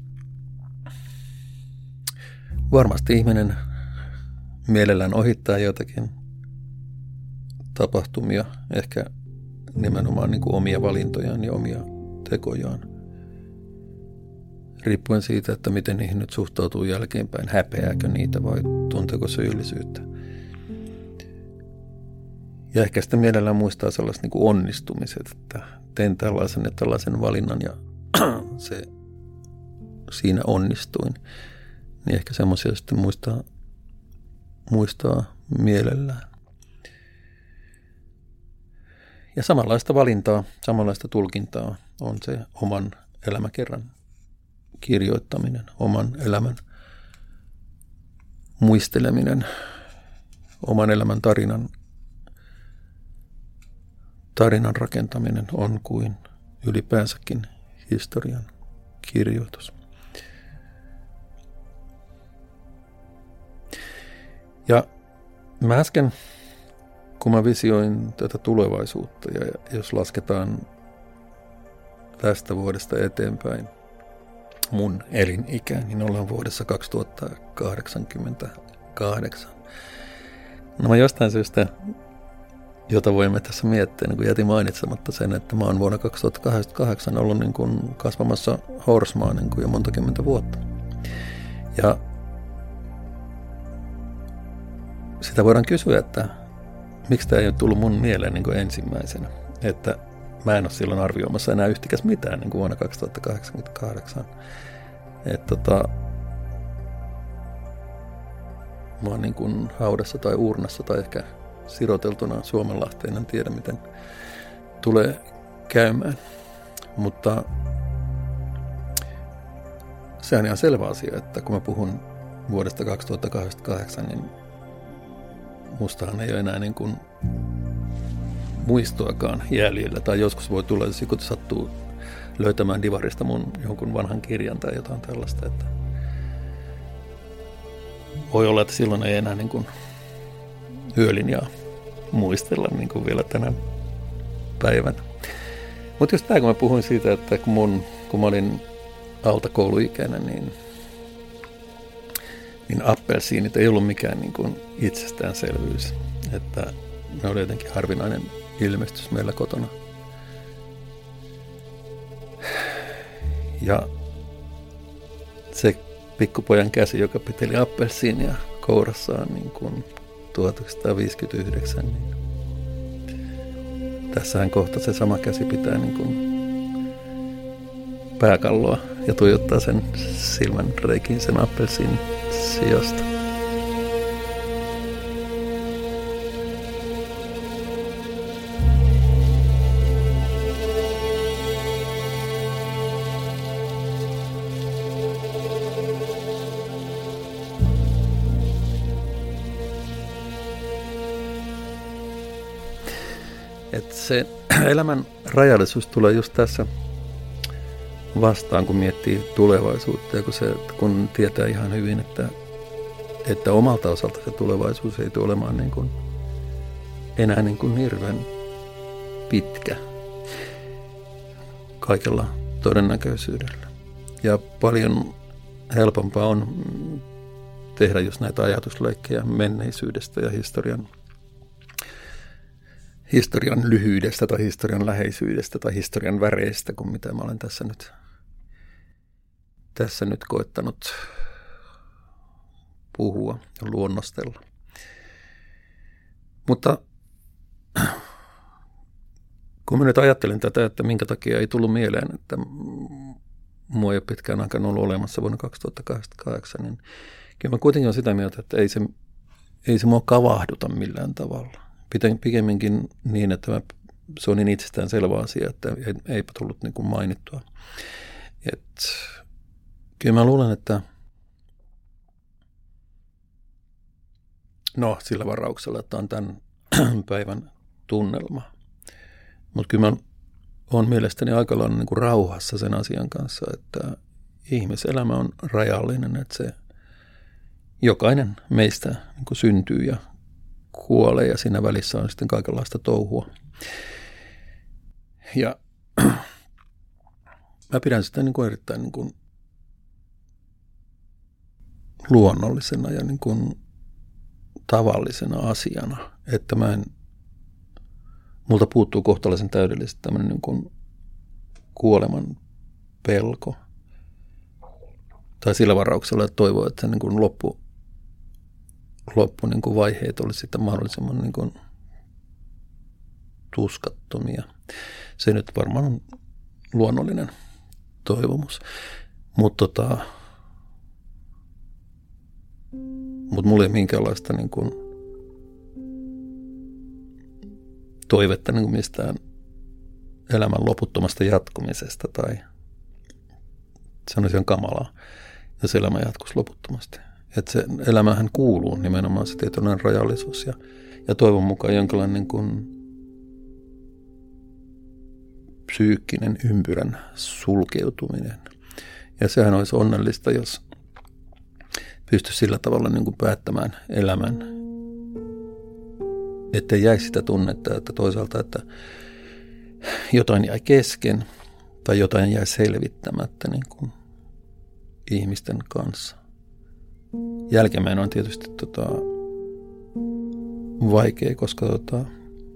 Speaker 2: varmasti ihminen mielellään ohittaa jotakin tapahtumia, ehkä nimenomaan niin kuin omia valintojaan ja omia tekojaan, riippuen siitä, että miten niihin nyt suhtautuu jälkeenpäin, häpeääkö niitä vai tunteeko syyllisyyttä. Ja ehkä sitten mielellään muistaa sellaiset niin kuin onnistumiset, että tein tällaisen ja tällaisen valinnan ja se siinä onnistuin. Niin ehkä semmoisia sitten muistaa, muistaa mielellään. Ja samanlaista valintaa, samanlaista tulkintaa on se oman elämäkerran kirjoittaminen, oman elämän muisteleminen, oman elämän tarinan, tarinan rakentaminen on kuin ylipäänsäkin historian kirjoitus. Ja mä äsken, kun mä visioin tätä tulevaisuutta ja jos lasketaan tästä vuodesta eteenpäin mun elinikä, niin ollaan vuodessa kaksituhattakahdeksankymmentäkahdeksan. No mä jostain syystä, jota voimme tässä miettiä, niin kun jätin mainitsematta sen, että mä oon vuonna kaksituhattakahdeksan ollut niin kuin kasvamassa Horsmaa niin kuin jo monta kymmentä vuotta. Ja sitä voidaan kysyä, että miksi tämä ei ole tullut mun mieleen niin kuin ensimmäisenä, että mä en ole silloin arvioimassa enää yhtikäs mitään niin kuin vuonna kaksituhattakahdeksankymmentäkahdeksan. Että tota, mä oon niin kuin haudassa tai urnassa tai ehkä siroteltuna Suomenlahteen. En tiedä, miten tulee käymään. Mutta se on ihan selvä asia, että kun mä puhun vuodesta kaksituhattakahdeksan, niin mustahan ei ole enää niin kuin muistoakaan jäljellä. Tai joskus voi tulla, jos joku sattuu löytämään divarista mun jonkun vanhan kirjan tai jotain tällaista. Että voi olla, että silloin ei enää niin kuin yölinjaa muistella niin kuin vielä tänä päivänä. Mutta just tämä, kun mä puhuin siitä, että kun, mun, kun mä olin alta kouluikäinen, niin, niin appelsiinit ei ollut mikään niin kuin itsestäänselvyys. Että ne oli jotenkin harvinainen ilmestys meillä kotona. Ja se pikkupojan käsi, joka piteli appelsiinia kourassaan niin kuin tuhatyhdeksänsataaviisikymmentäyhdeksän, niin tässähän kohta se sama käsi pitää niin kuin pääkalloa ja tuijottaa sen silmän reikiin sen appelsiinin sijasta. Että se elämän rajallisuus tulee just tässä vastaan, kun miettii tulevaisuutta ja kun, se, kun tietää ihan hyvin, että, että omalta osalta se tulevaisuus ei tule olemaan niin kuin, enää niin kuin hirveän pitkä kaikella todennäköisyydellä. Ja paljon helpompaa on tehdä just näitä ajatusleikkejä menneisyydestä ja historian historian lyhyydestä tai historian läheisyydestä tai historian väreistä, kuin mitä mä olen tässä nyt, tässä nyt koettanut puhua ja luonnostella. Mutta kun mä nyt ajattelin tätä, että minkä takia ei tullut mieleen, että mua ei ole pitkään aikaan ollut olemassa vuonna kaksituhattakahdeksan, niin kyllä mä kuitenkin olen sitä mieltä, että ei se, ei se mua kavahduta millään tavalla. Pikemminkin niin, että mä, se on niin itsestään selvä asia, että eipä tullut niin kuin mainittua. Et, kyllä mä luulen, että no sillä varauksella, että on tämän päivän tunnelma. Mutta kyllä mä olen mielestäni aika lailla niin kuin rauhassa sen asian kanssa, että ihmiselämä on rajallinen, että se jokainen meistä niin kuin syntyy ja kuolee ja siinä välissä on sitten kaikenlaista touhua. Ja mä pidän sitä niin kuin erittäin niin kuin luonnollisena ja niin kuin tavallisena asiana, että mä en, multa puuttuu kohtalaisen täydellisesti tämmöinen niin kuin kuoleman pelko. Tai sillä varauksella, että toivoo, että se niin kuin loppu loppu niin kuin vaiheet olisi sitten mahdollisimman niin kuin tuskattomia. Se nyt varmaan on luonnollinen toivomus. Mutta tota, mut mulla ei minkäänlaista niin kuin toivetta niin kuin mistään elämän loputtomasta jatkumisesta tai se on ihan kamalaa, jos elämä jatkuisi loputtomasti. Että se elämähän kuuluu nimenomaan se tietynlainen rajallisuus ja, ja toivon mukaan jonkinlainen niin kuin psyykkinen ympyrän sulkeutuminen. Ja sehän olisi onnellista, jos pystyisi sillä tavalla niin kuin päättämään elämän, ettei jäisi sitä tunnetta, että toisaalta, että jotain jäi kesken tai jotain jäi selvittämättä niin kuin ihmisten kanssa. Jälkeenpäin on tietysti tota, vaikea, koska tota,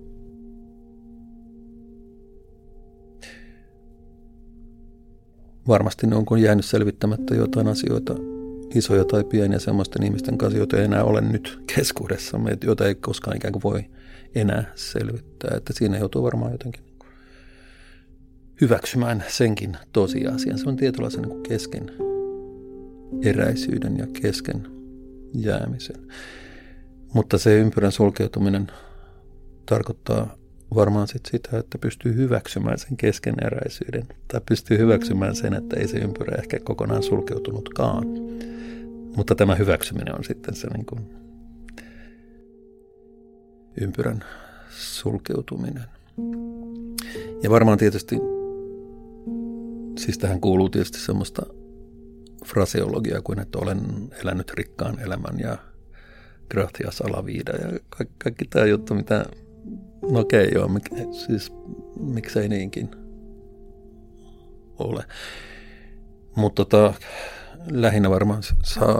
Speaker 2: varmasti ne on kun jäänyt selvittämättä jotain asioita, isoja tai pieniä semmoisten ihmisten kanssa, joita ei enää ole nyt keskuudessamme, joita ei koskaan ikään kuin voi enää selvittää. Että siinä joutuu varmaan jotenkin hyväksymään senkin tosiasian. Se on tietynlaisen niin kuin kesken eräisyyden ja kesken jäämisen. Mutta se ympyrän sulkeutuminen tarkoittaa varmaan sit sitä, että pystyy hyväksymään sen keskeneräisyyden tai pystyy hyväksymään sen, että ei se ympyrä ehkä kokonaan sulkeutunutkaan. Mutta tämä hyväksyminen on sitten se niin kuin ympyrän sulkeutuminen. Ja varmaan tietysti, siis tähän kuuluu tietysti semmoista fraseologiaa kuin, että olen elänyt rikkaan elämän ja gratias ala vida ja kaikki, kaikki tämä juttu, mitä, no okei joo, mik, siis miksei niinkin ole. Mutta tota, lähinnä varmaan saa,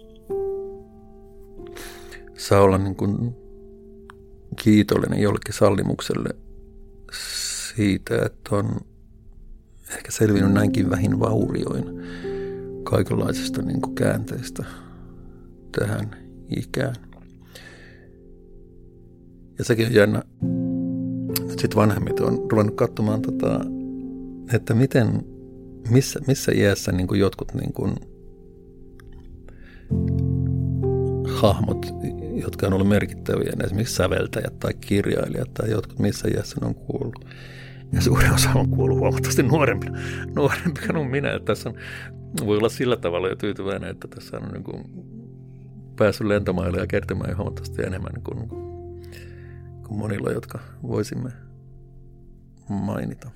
Speaker 2: saa olla niin kuin kiitollinen jollekin sallimukselle siitä, että on ehkä selvinnyt näinkin vähin vaurioin kaikenlaisista niin kuin käänteistä tähän ikään. Ja sekin on jännä. Nyt sitten vanhemmit on ruvennut katsomaan, tota, että miten, missä, missä iässä niin kuin jotkut niin kuin hahmot, jotka on ollut merkittäviä, esimerkiksi säveltäjät tai kirjailijat tai jotkut, missä iässä ne on kuullut. Ja suurin osa on kuullut huomattavasti nuorempi, nuorempi kuin minä. Että tässä on, voi olla sillä tavalla jo tyytyväinen, että tässä on niin kuin päässyt lentomaille ja kertomään huomattavasti enemmän kuin, kuin monilla, jotka voisimme mainita.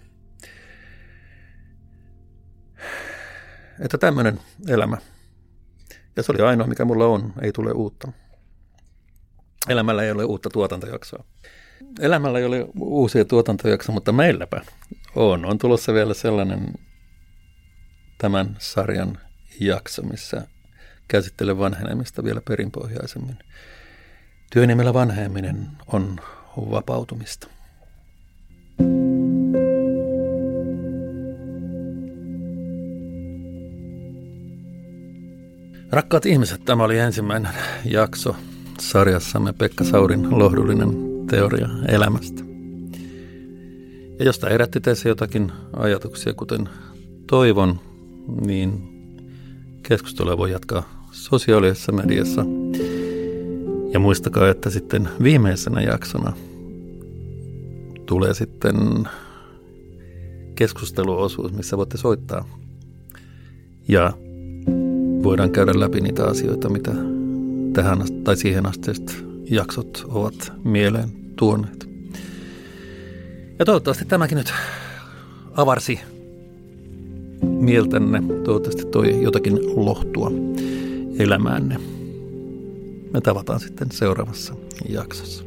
Speaker 2: Että tämmöinen elämä. Ja se oli ainoa, mikä mulla on, ei tule uutta. Elämällä ei ole uutta tuotantojaksoa. Elämällä ei ole uusia tuotantojaksoja, mutta meilläpä on. On tulossa vielä sellainen tämän sarjan jakso, missä käsittelen vanhenemista vielä perinpohjaisemmin. Työnimellä vanheneminen on vapautumista. Rakkaat ihmiset, tämä oli ensimmäinen jakso sarjassamme Pekka Saurin lohdullinen teoria elämästä. Ja jos tämä herätti teissä jotakin ajatuksia, kuten toivon, niin keskustelua voi jatkaa sosiaalisessa mediassa. Ja muistakaa, että sitten viimeisenä jaksona tulee sitten keskusteluosuus, missä voitte soittaa. Ja voidaan käydä läpi niitä asioita, mitä tähän tai siihen asteiset jaksot ovat mieleen tuoneet. Ja toivottavasti tämäkin nyt avarsi mieltänne, toivottavasti toi jotakin lohtua elämäänne. Me tavataan sitten seuraavassa jaksossa.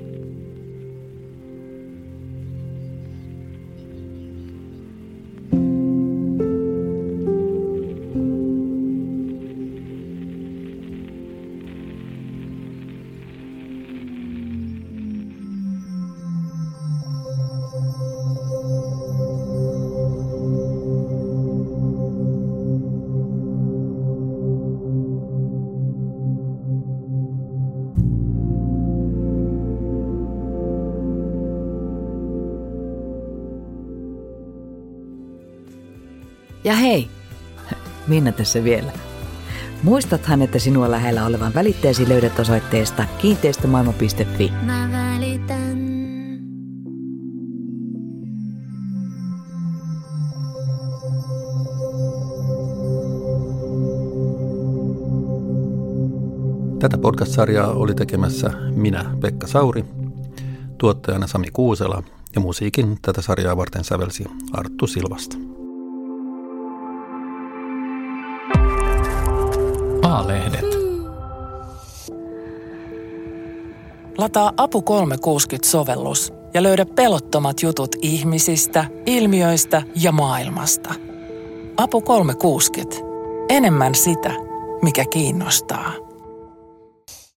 Speaker 3: Ja hei, Minna tässä vielä. Muistathan, että sinua lähellä olevan välittäjäsi löydät osoitteesta kiinteistömaailma piste fi.
Speaker 5: Mä välitän.
Speaker 2: Tätä podcast-sarjaa oli tekemässä minä, Pekka Sauri, tuottajana Sami Kuusela ja musiikin tätä sarjaa varten sävelsi Arttu Silvasta.
Speaker 6: A-lehdet. Lataa Apu kolmesataakuusikymmentä-sovellus ja löydä pelottomat jutut ihmisistä, ilmiöistä ja maailmasta. Apu kolmesataakuusikymmentä. Enemmän sitä, mikä kiinnostaa.